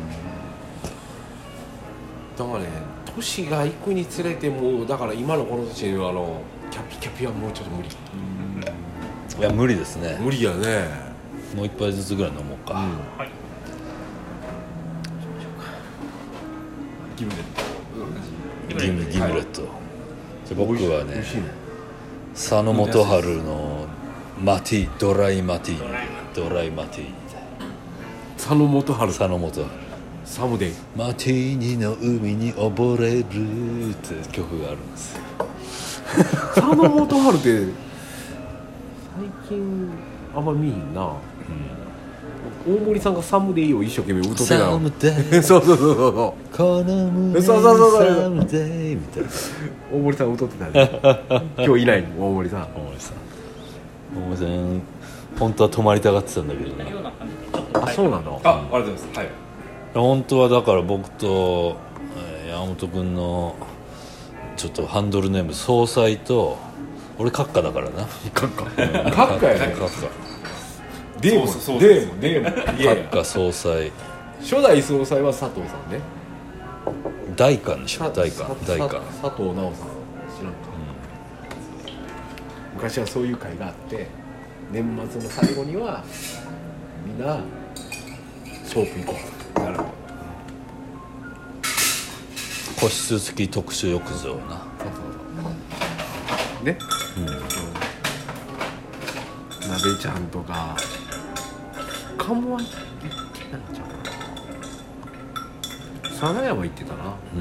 [SPEAKER 3] だからね年が行くにつれてもうだから今のこの年にはあのキャピキャピはもうちょっと無理。
[SPEAKER 1] いや無理ですね。
[SPEAKER 3] 無理やね。
[SPEAKER 1] もう一杯ずつぐらい飲もうか、うん、はい。
[SPEAKER 3] ギムレット
[SPEAKER 1] ギムギムレット、はい、じゃ僕はね佐野元春のマティドライマティドライマティ
[SPEAKER 3] 佐野元春
[SPEAKER 1] 佐野元春
[SPEAKER 3] サムデイ
[SPEAKER 1] マティーニの海に溺れるって曲があるんですよ。
[SPEAKER 3] 佐野元春って最近あんま見ひんな、うん、大森さんがサムデイを一生懸命歌ってたのそうそうそうそう
[SPEAKER 1] この胸
[SPEAKER 3] そうそうそうそう
[SPEAKER 1] サムデイみたいな
[SPEAKER 3] 大森さん歌ってたね今日いないの大森さん
[SPEAKER 1] 大森さん大森さん本当は泊まりたがってたんだけどね。
[SPEAKER 3] あ、そうなの。
[SPEAKER 4] あ、ありがとうございます。はい。
[SPEAKER 1] 本当はだから僕と山本君のちょっとハンドルネーム総裁と俺閣下だからな。
[SPEAKER 3] 閣下。閣下やね。
[SPEAKER 1] 閣下。
[SPEAKER 3] デーモン。
[SPEAKER 4] そうそう
[SPEAKER 3] デーモン。デーモン。
[SPEAKER 1] 閣下総裁。
[SPEAKER 3] 初代総裁は佐藤さんね。
[SPEAKER 1] 大官にしろ。大官。大官。
[SPEAKER 3] 佐藤直さん知らんか。うん、昔はそういう会があって。年末の最後にはみんなソープ行こう。なるほど。
[SPEAKER 1] 個室付き特殊浴場な。
[SPEAKER 3] ね。うん。鍋ちゃんとか。カモは行ってないんちゃうかな。佐賀山行ってたな。うん。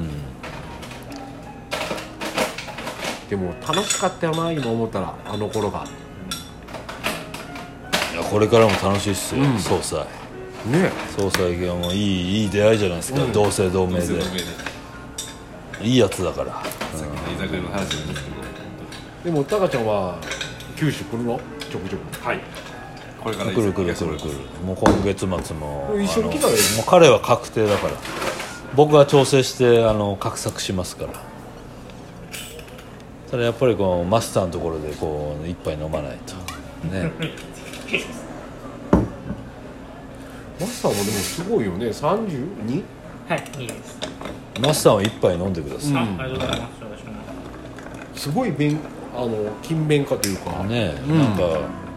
[SPEAKER 3] でも楽しかったよな今思ったらあの頃が。
[SPEAKER 1] いやこれからも楽しいっすよ、うん、総裁
[SPEAKER 3] ね
[SPEAKER 1] 総裁がもういい、いい出会いじゃないですか、うん、同姓同名でいいやつだから、
[SPEAKER 4] さっきの居酒屋の話なんですけど、
[SPEAKER 3] でもタカちゃんは九州来るのちょくちょく。
[SPEAKER 4] はい、これから
[SPEAKER 1] 来る来る来る来る。もう今月末も
[SPEAKER 3] 一緒に来たらいい。
[SPEAKER 1] もう彼は確定だから僕が調整してあの画策しますから。ただやっぱりこうマスターのところでこう一杯飲まないとね
[SPEAKER 3] マスターもでもすごいよね。さんじゅうに？
[SPEAKER 2] はい、いいです。
[SPEAKER 1] マスターは一杯飲んでください、うん、
[SPEAKER 2] ありがとうございます。
[SPEAKER 3] すごい弁あの勤勉家というか
[SPEAKER 1] ね、うん、なんか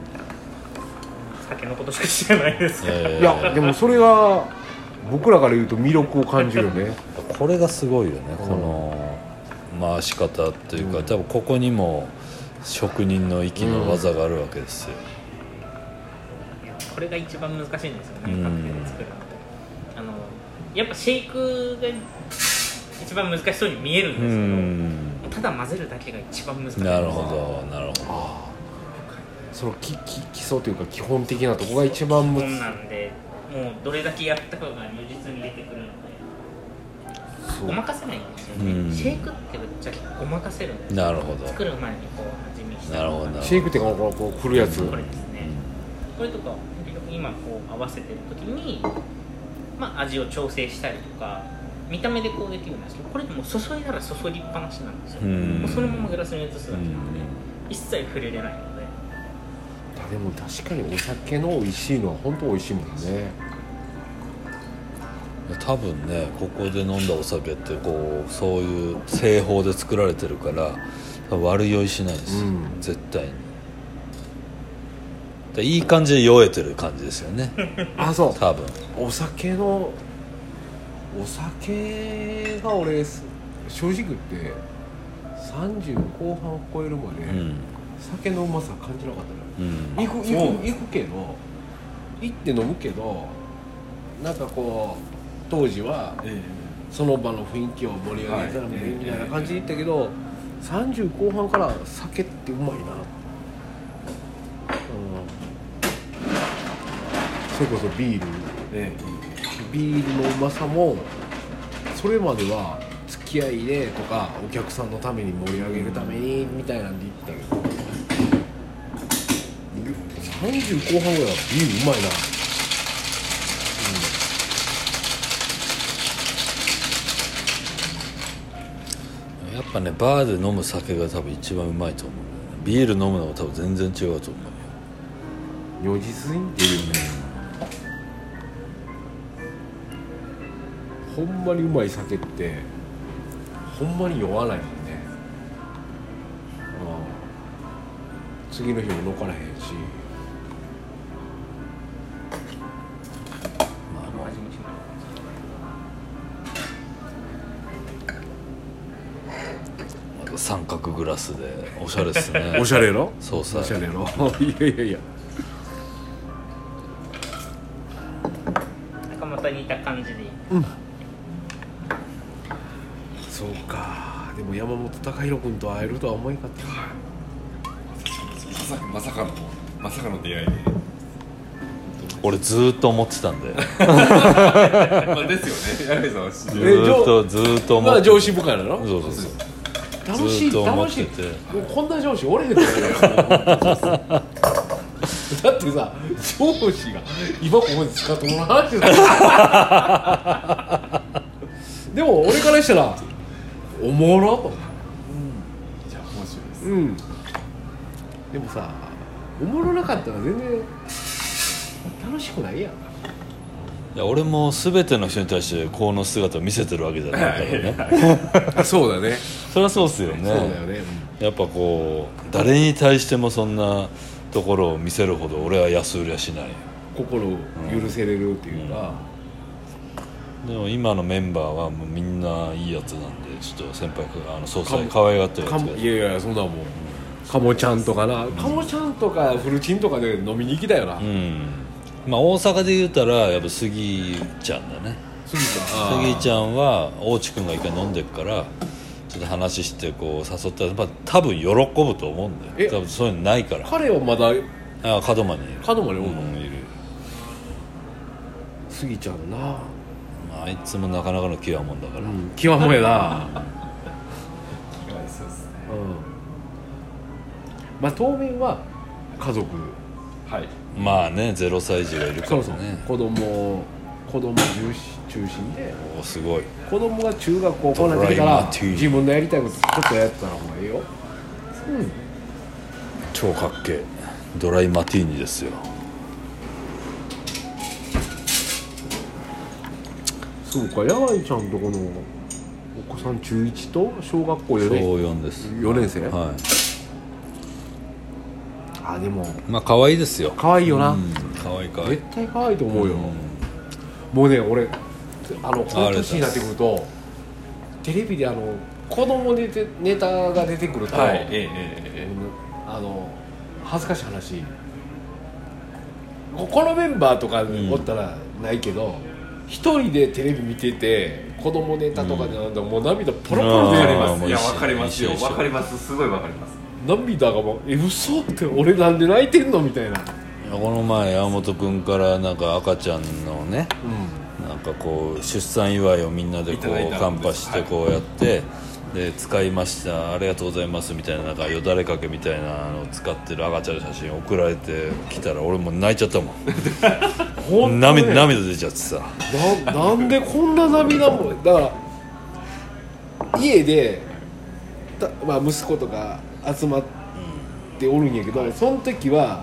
[SPEAKER 2] 酒のことしか知らないですけど、
[SPEAKER 3] いやでもそれが僕らから言うと魅力を感じるよね
[SPEAKER 1] これがすごいよね、うん、この回し方っていうか、うん、多分ここにも職人の息の技があるわけですよ、
[SPEAKER 2] うん、これが一番難しいんですよね、うん、カクテル作るのあのやっぱシェイクが一番難しそうに見えるんですけど、うん、ただ混ぜるだけが一番難しい。
[SPEAKER 1] なるほどなるほど。
[SPEAKER 3] その基礎というか基本的なところが一番
[SPEAKER 2] 難しいなんで、もうどれだけやったかが如実に出てくるのでごまかせないんですよね、うん、シェイクってぶっちゃけごまかせるんですよ。
[SPEAKER 1] なるほど。
[SPEAKER 2] 作る前にこう味見して。
[SPEAKER 1] なるほど。
[SPEAKER 3] シェイクってこうこう振るやつ、
[SPEAKER 2] これですね、うん、これとか今こう合わせてる時に、まあ、味を調整したりとか見た目でこうできるんですけど、これでも注いだら注ぎっぱなしなんですよ、うん、もうそのままグラスに移すだけなので、うん、一切触れれないので。
[SPEAKER 3] でも確かにお酒の美味しいのは本当美味しいもんね。
[SPEAKER 1] 多分ねここで飲んだお酒ってこうそういう製法で作られてるから悪酔いしないです、うん、絶対に。いい感じで酔えてる感じですよね
[SPEAKER 3] あ、そう
[SPEAKER 1] 多分
[SPEAKER 3] お酒のお酒が俺正直言ってさんじゅう後半超えるまで、うん、酒のうまさ感じなかったのよ、うん、行く行く行くけど行って飲むけどなんかこう当時はその場の雰囲気を盛り上げたらもいいみたいな感じで行ったけど、さんじゅう後半から酒ってうまいな、うん、それこそビール、ね、ビールのうまさもそれまでは付き合いでとかお客さんのために盛り上げるためにみたいなんで言ったけど、さんじゅう後半ぐらいはビールうまいな、
[SPEAKER 1] うん、やっぱねバーで飲む酒が多分一番うまいと思う。ビール飲むのも多分全然違うと思
[SPEAKER 3] うよ。如実に出るね、ほんまにうまい酒ってほんまに酔わないもんね、うん、次の日も飲かれへんし、
[SPEAKER 1] 三角グラスでおしゃれですね
[SPEAKER 3] おしゃれやろ。
[SPEAKER 1] そうさ
[SPEAKER 3] おしゃれやろいやいやいや、
[SPEAKER 2] なんかまた似た感じでいい、
[SPEAKER 3] うん、そうか。 でも山本貴弘君と会えるとは思えなかった。
[SPEAKER 4] まさかまさかのまさかの出会いで
[SPEAKER 1] 俺ずーっと思ってたんで
[SPEAKER 4] まあですよね、柳井さんは
[SPEAKER 1] ずーっとずーっと思って
[SPEAKER 3] まだ上司部下なの？
[SPEAKER 1] そうそうそう
[SPEAKER 3] 楽しい
[SPEAKER 1] ずっと思
[SPEAKER 3] 楽しい
[SPEAKER 1] ってて
[SPEAKER 3] もうこんな上司おれへんのよだってさ上司が今ここで使ってもらわなくてでも俺からしたらおもろと、
[SPEAKER 4] じゃあ面白いです、
[SPEAKER 3] うん、でもさおもろなかったら全然楽しくないやん。
[SPEAKER 1] いや俺も全ての人に対してこの姿を見せてるわけじゃないからね
[SPEAKER 3] そうだね
[SPEAKER 1] そりゃそうっすよね。
[SPEAKER 3] そうだよね、
[SPEAKER 1] やっぱこう誰に対してもそんなところを見せるほど俺は安売りはしない。
[SPEAKER 3] 心を許せれるっていうか、
[SPEAKER 1] でも今のメンバーはもうみんないいやつなんでちょっと先輩あの総
[SPEAKER 3] かも
[SPEAKER 1] 裁可愛がってるやつが
[SPEAKER 3] かもいやいやそんなもんかもちゃんとかな、かもちゃんとかフルチンとかで飲みに行きだよな、
[SPEAKER 1] うんまあ大阪で言うたらやっぱ杉ちゃんだね。
[SPEAKER 3] 杉ちゃん
[SPEAKER 1] 杉ちゃんは大地君が一回飲んでるからちょっと話してこう誘ったら、まあ、多分喜ぶと思うんだ
[SPEAKER 3] え
[SPEAKER 1] よ。多分そういうのないから。
[SPEAKER 3] 彼はまだ
[SPEAKER 1] あ門真にいる
[SPEAKER 3] 角までおるの、
[SPEAKER 1] うんいる。
[SPEAKER 3] 杉ちゃんな、
[SPEAKER 1] まあ、あいつもなかなかの気はもんだから、
[SPEAKER 3] うん、気はもやな
[SPEAKER 4] そうですね、
[SPEAKER 3] うん、まあ当面は家族
[SPEAKER 4] はい
[SPEAKER 1] まあねゼロさい児がいるからね。
[SPEAKER 3] そうそう子供子供重中心で
[SPEAKER 1] おすごい
[SPEAKER 3] 子供が中学高校になってきたら
[SPEAKER 1] ドライマティー
[SPEAKER 3] 自分のやりたいことちょっとやったらほうがいいよ、うん
[SPEAKER 1] 超かっけえドライマティーニですよ。
[SPEAKER 3] そうか、柳井ちゃんとこのお子さん中いちと小学校よねん
[SPEAKER 1] 小よんです。
[SPEAKER 3] よねん生、
[SPEAKER 1] は
[SPEAKER 3] あでも
[SPEAKER 1] いまあ可愛いですよ。
[SPEAKER 3] 可愛いよな、
[SPEAKER 1] うん可愛い可愛い
[SPEAKER 3] 絶対可愛いと思うよ、
[SPEAKER 1] うん
[SPEAKER 3] もうね俺あのこの年になってくるとテレビであの子供ネタネタが出てくると、
[SPEAKER 4] はいえええええ
[SPEAKER 3] あの恥ずかしい話ここのメンバーとかおったらないけど一、うん、人でテレビ見てて子供ネタとかでなんだ、うん、もう涙ポロポロ出
[SPEAKER 4] わか
[SPEAKER 3] る
[SPEAKER 4] りますいや
[SPEAKER 1] 一緒
[SPEAKER 4] わかりますよ
[SPEAKER 1] 一緒一緒
[SPEAKER 4] わかりますすごいわかります
[SPEAKER 3] 涙がもうえ嘘って俺なんで泣いてんのみたいな、
[SPEAKER 1] この前山本君からなんか赤ちゃんのね
[SPEAKER 3] う
[SPEAKER 1] なんかこう出産祝いをみんなでこ
[SPEAKER 4] いただいうた
[SPEAKER 1] カンパしてこうやって、で使いましたありがとうございますみたいななんかよだれかけみたいなのを使ってる赤ちゃんの写真送られてきたら俺もう泣いちゃったもん
[SPEAKER 3] ん、ね、
[SPEAKER 1] 涙涙出ちゃってさ
[SPEAKER 3] な, なんでこんな涙もだから家でた、まあ、息子とか集まっておるんやけど、うん、その時は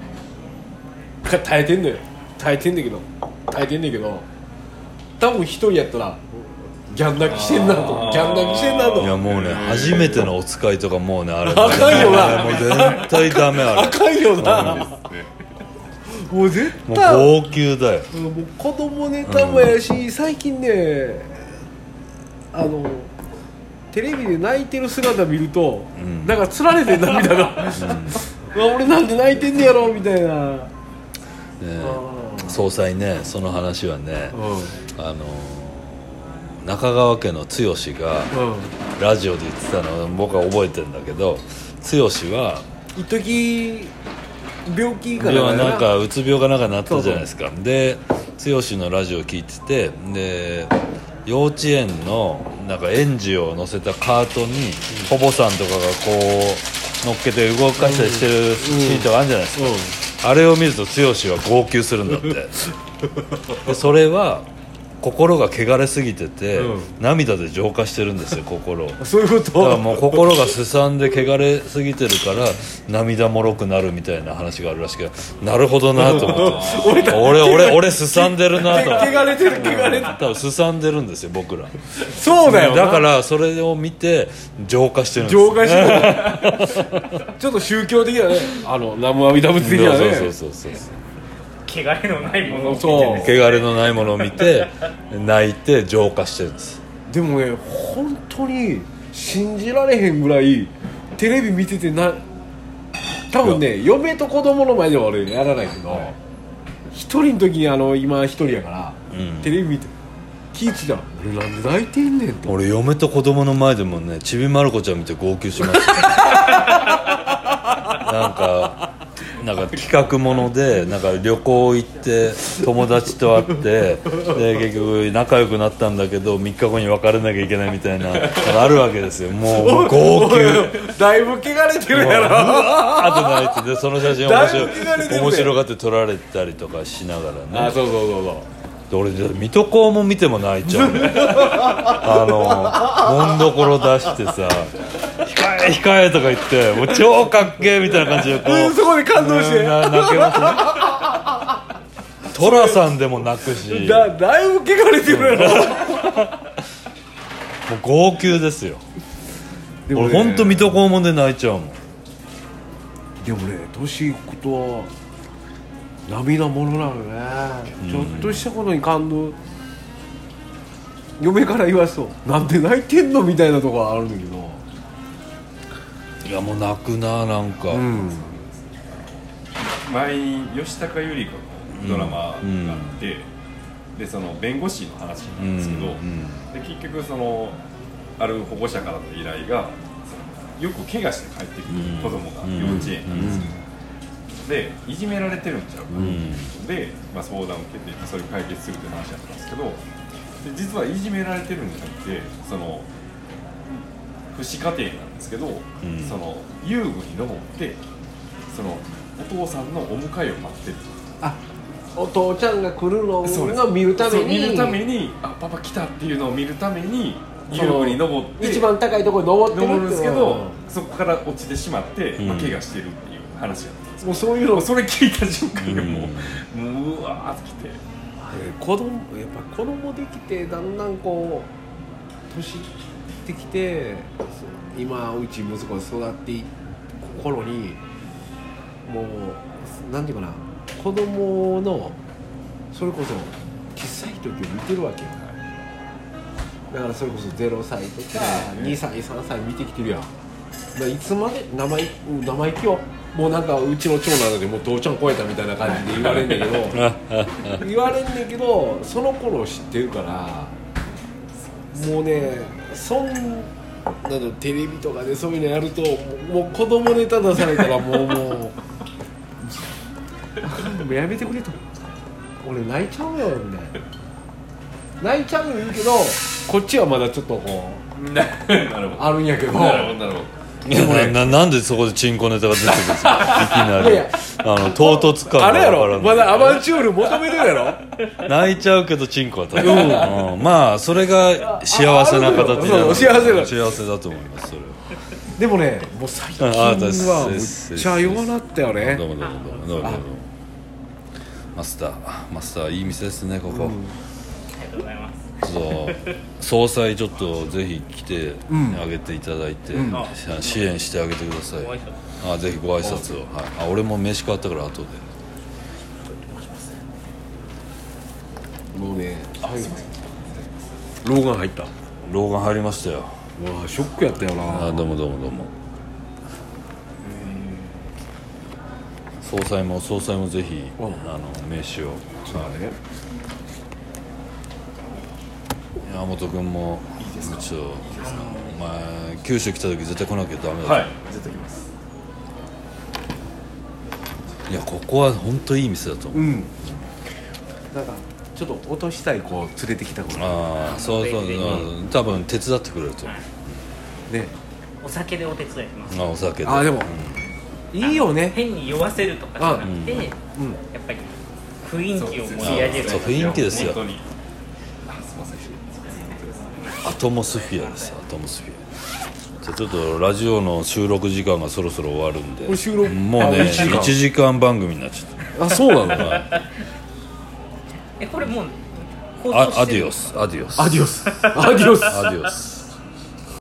[SPEAKER 3] 耐えてんのよ耐えてんねんけど耐えてんねんけど多分一人やったらギャン泣きしてんなとギャン泣きしてんなと
[SPEAKER 1] いやもうね初めてのお使いとかもうねあれ
[SPEAKER 3] あかんよな
[SPEAKER 1] もう絶対ダメあれ
[SPEAKER 3] あかんよなもう絶
[SPEAKER 1] もう
[SPEAKER 3] 対
[SPEAKER 1] 号泣だよ
[SPEAKER 3] もう子供ネタもやし、うん、最近ねあのテレビで泣いてる姿見ると、うん、なんかつられて涙が、うん、俺なんで泣いてんねやろみたいな、ね、
[SPEAKER 1] 総裁ねその話はね、
[SPEAKER 3] うん、
[SPEAKER 1] あの中川家の剛がラジオで言ってたのを僕は覚えてるんだけど剛は
[SPEAKER 3] 一時病気か
[SPEAKER 1] ななんかうつ病かなんかなったじゃないですか。そうそうで剛のラジオ聞いててで幼稚園のなんか園児を乗せたカートに保母さんとかがこう乗っけて動かしたりしてるシーンとかあるじゃないですか、うんうん、あれを見ると剛は号泣するんだってでそれは心が汚れすぎてて、うん、涙で浄化してるんですよ心を
[SPEAKER 3] そういうこと
[SPEAKER 1] だからもう心がすさんで汚れすぎてるから涙もろくなるみたいな話があるらしくなるほどなと思って俺俺俺すさんでるなと思って
[SPEAKER 3] 汚れてる汚れてる
[SPEAKER 1] 多分すさんでるんですよ僕ら
[SPEAKER 3] そうだよ
[SPEAKER 1] だからそれを見て浄化してるんです
[SPEAKER 3] 浄化してるちょっと宗教的なねあの南無阿弥陀仏的なね
[SPEAKER 1] そうそうそうそう
[SPEAKER 2] 汚れのないものを見て、
[SPEAKER 1] ね、汚れのないものを見て泣いて浄化してるんです
[SPEAKER 3] でもね本当に信じられへんぐらいテレビ見ててな多分ね嫁と子供の前では俺やらないけど一人の時にあの今一人やから、うん、テレビ見て気ぃついたら俺なんで泣いてんねんと。
[SPEAKER 1] 俺嫁と子供の前でもねちびまる子ちゃん見て号泣しましたなんかなんか企画ものでなんか旅行行って友達と会ってで結局仲良くなったんだけどみっかごに別れなきゃいけないみたいなのがあるわけですよ。もう、もう号泣
[SPEAKER 3] だいぶ汚れてるやろ
[SPEAKER 1] あと泣いてでその写真面白
[SPEAKER 3] だいぶ汚れてる
[SPEAKER 1] 面白がって撮られたりとかしながらね。
[SPEAKER 3] あそうそうそうそう
[SPEAKER 1] で俺水戸黄門見ても泣いちゃうあのもんどころ出してさ控え控えとか言ってもう超かっけーみたいな感じでこう、
[SPEAKER 3] うん、そこで感動して
[SPEAKER 1] な泣けますね寅さんでも泣くし
[SPEAKER 3] だ, だいぶ汚れてるやろ
[SPEAKER 1] もう号泣ですよ。
[SPEAKER 3] でもね
[SPEAKER 1] 俺ほんと水戸黄門で泣いちゃうもん。
[SPEAKER 3] でもね年いくと涙ものなのね、うん、ちょっとしたことに感動嫁から言わすとなんで泣いてんのみたいなとこはあるんだけど
[SPEAKER 1] いやもう泣くななんか、うん、
[SPEAKER 4] 前に吉高由里子のドラマがあって、うん、でその弁護士の話なんですけど、うんうん、で結局そのある保護者からの依頼がよく怪我して帰ってくる子供が幼稚園なんですよ、うんでいじめられてるんちゃうか、うん、で、まあ、相談を受けてそれを解決するっていう話だったんですけどで実はいじめられてるんじゃなくてその父子家庭なんですけど、うん、その遊具に登ってそのお父さんのお迎えを待ってる。あ
[SPEAKER 3] お父ちゃんが来るのを見るために
[SPEAKER 4] 見るためにあパパ来たっていうのを見るために遊具に登って
[SPEAKER 3] 一番高いところに登ってる
[SPEAKER 4] んですけどそこから落ちてしまって、うんまあ、怪我してるっていう話があったんです。もう
[SPEAKER 3] そういうの
[SPEAKER 4] それ聞いた瞬間にもう、うん、もううわーってきて、
[SPEAKER 3] 子供やっぱ子供できてだんだんこう年いってきて今うち息子が育っていく頃にもうなんていうかな子供のそれこそ小さい時を見てるわけよ。だからそれこそゼロさいとかにさいさんさい見てきてるやん。だからいつまで生意生意気よ。もうなんかうちの長男でもう父ちゃん超えたみたいな感じで言われんねんけど言われんねんけどその頃知ってるからもうねそんなのテレビとかでそういうのやるともう子供ネタ出されたらもうもうもうやめてくれと俺泣いちゃうよみたいな泣いちゃうよ言うけどこっちはまだちょっとこうあるんやけど
[SPEAKER 4] なるほどなるほど
[SPEAKER 1] いやな, なんでそこでチンコネタが出てくるんですかいきなりあの唐突感が
[SPEAKER 3] あれやろまだアバンチュール求めてるやろ
[SPEAKER 1] 泣いちゃうけどチンコは食べる、うんうん、まあそれが幸せな形で
[SPEAKER 3] 幸せだ
[SPEAKER 1] 幸せだと思いますそれは
[SPEAKER 3] でもねもう最近はめっちゃ弱なったよね。
[SPEAKER 1] どうもどうもどうもどうもマスターマスターいい店ですねここ、うん、
[SPEAKER 2] ありがとうございます。
[SPEAKER 1] そう総裁ちょっとぜひ来てあげていただいて、うん、支援してあげてください。あぜひご挨拶を、はい、あ俺も名刺変わったから後で
[SPEAKER 3] もうね老眼入った
[SPEAKER 1] 老眼入りましたよ。
[SPEAKER 3] わあショックやったよな。
[SPEAKER 1] あどうもどうもどうも総裁も総裁もぜひ、うん、あの名刺を
[SPEAKER 3] そうだね
[SPEAKER 1] 山本君もいいですか。ちょっとお前九州来た時絶対来なきゃダメだ。
[SPEAKER 4] はい絶対来ます。
[SPEAKER 1] いやここは本当いい店だと思う、うん、
[SPEAKER 3] なんかちょっと落としたい子を連れてきた子
[SPEAKER 1] ああそうそう、うん、多分手伝ってくれると思う、
[SPEAKER 2] ね、お酒でお手伝いします。
[SPEAKER 1] あお酒で
[SPEAKER 3] あでも、うん、いいよね。
[SPEAKER 2] 変に酔わせるとかじゃなくて、うん、やっぱり雰囲気を盛り上げる。
[SPEAKER 1] そう雰囲気ですよ。アトモスフィアですアトモスフィア。じゃあちょっとラジオの収録時間がそろそろ終わるんで、
[SPEAKER 3] 収録
[SPEAKER 1] もうねいちじかん番組になっちゃった。
[SPEAKER 3] あそうなの
[SPEAKER 2] えこれもう
[SPEAKER 1] アディオスアディオス
[SPEAKER 3] アディオスアディオス
[SPEAKER 1] アディオス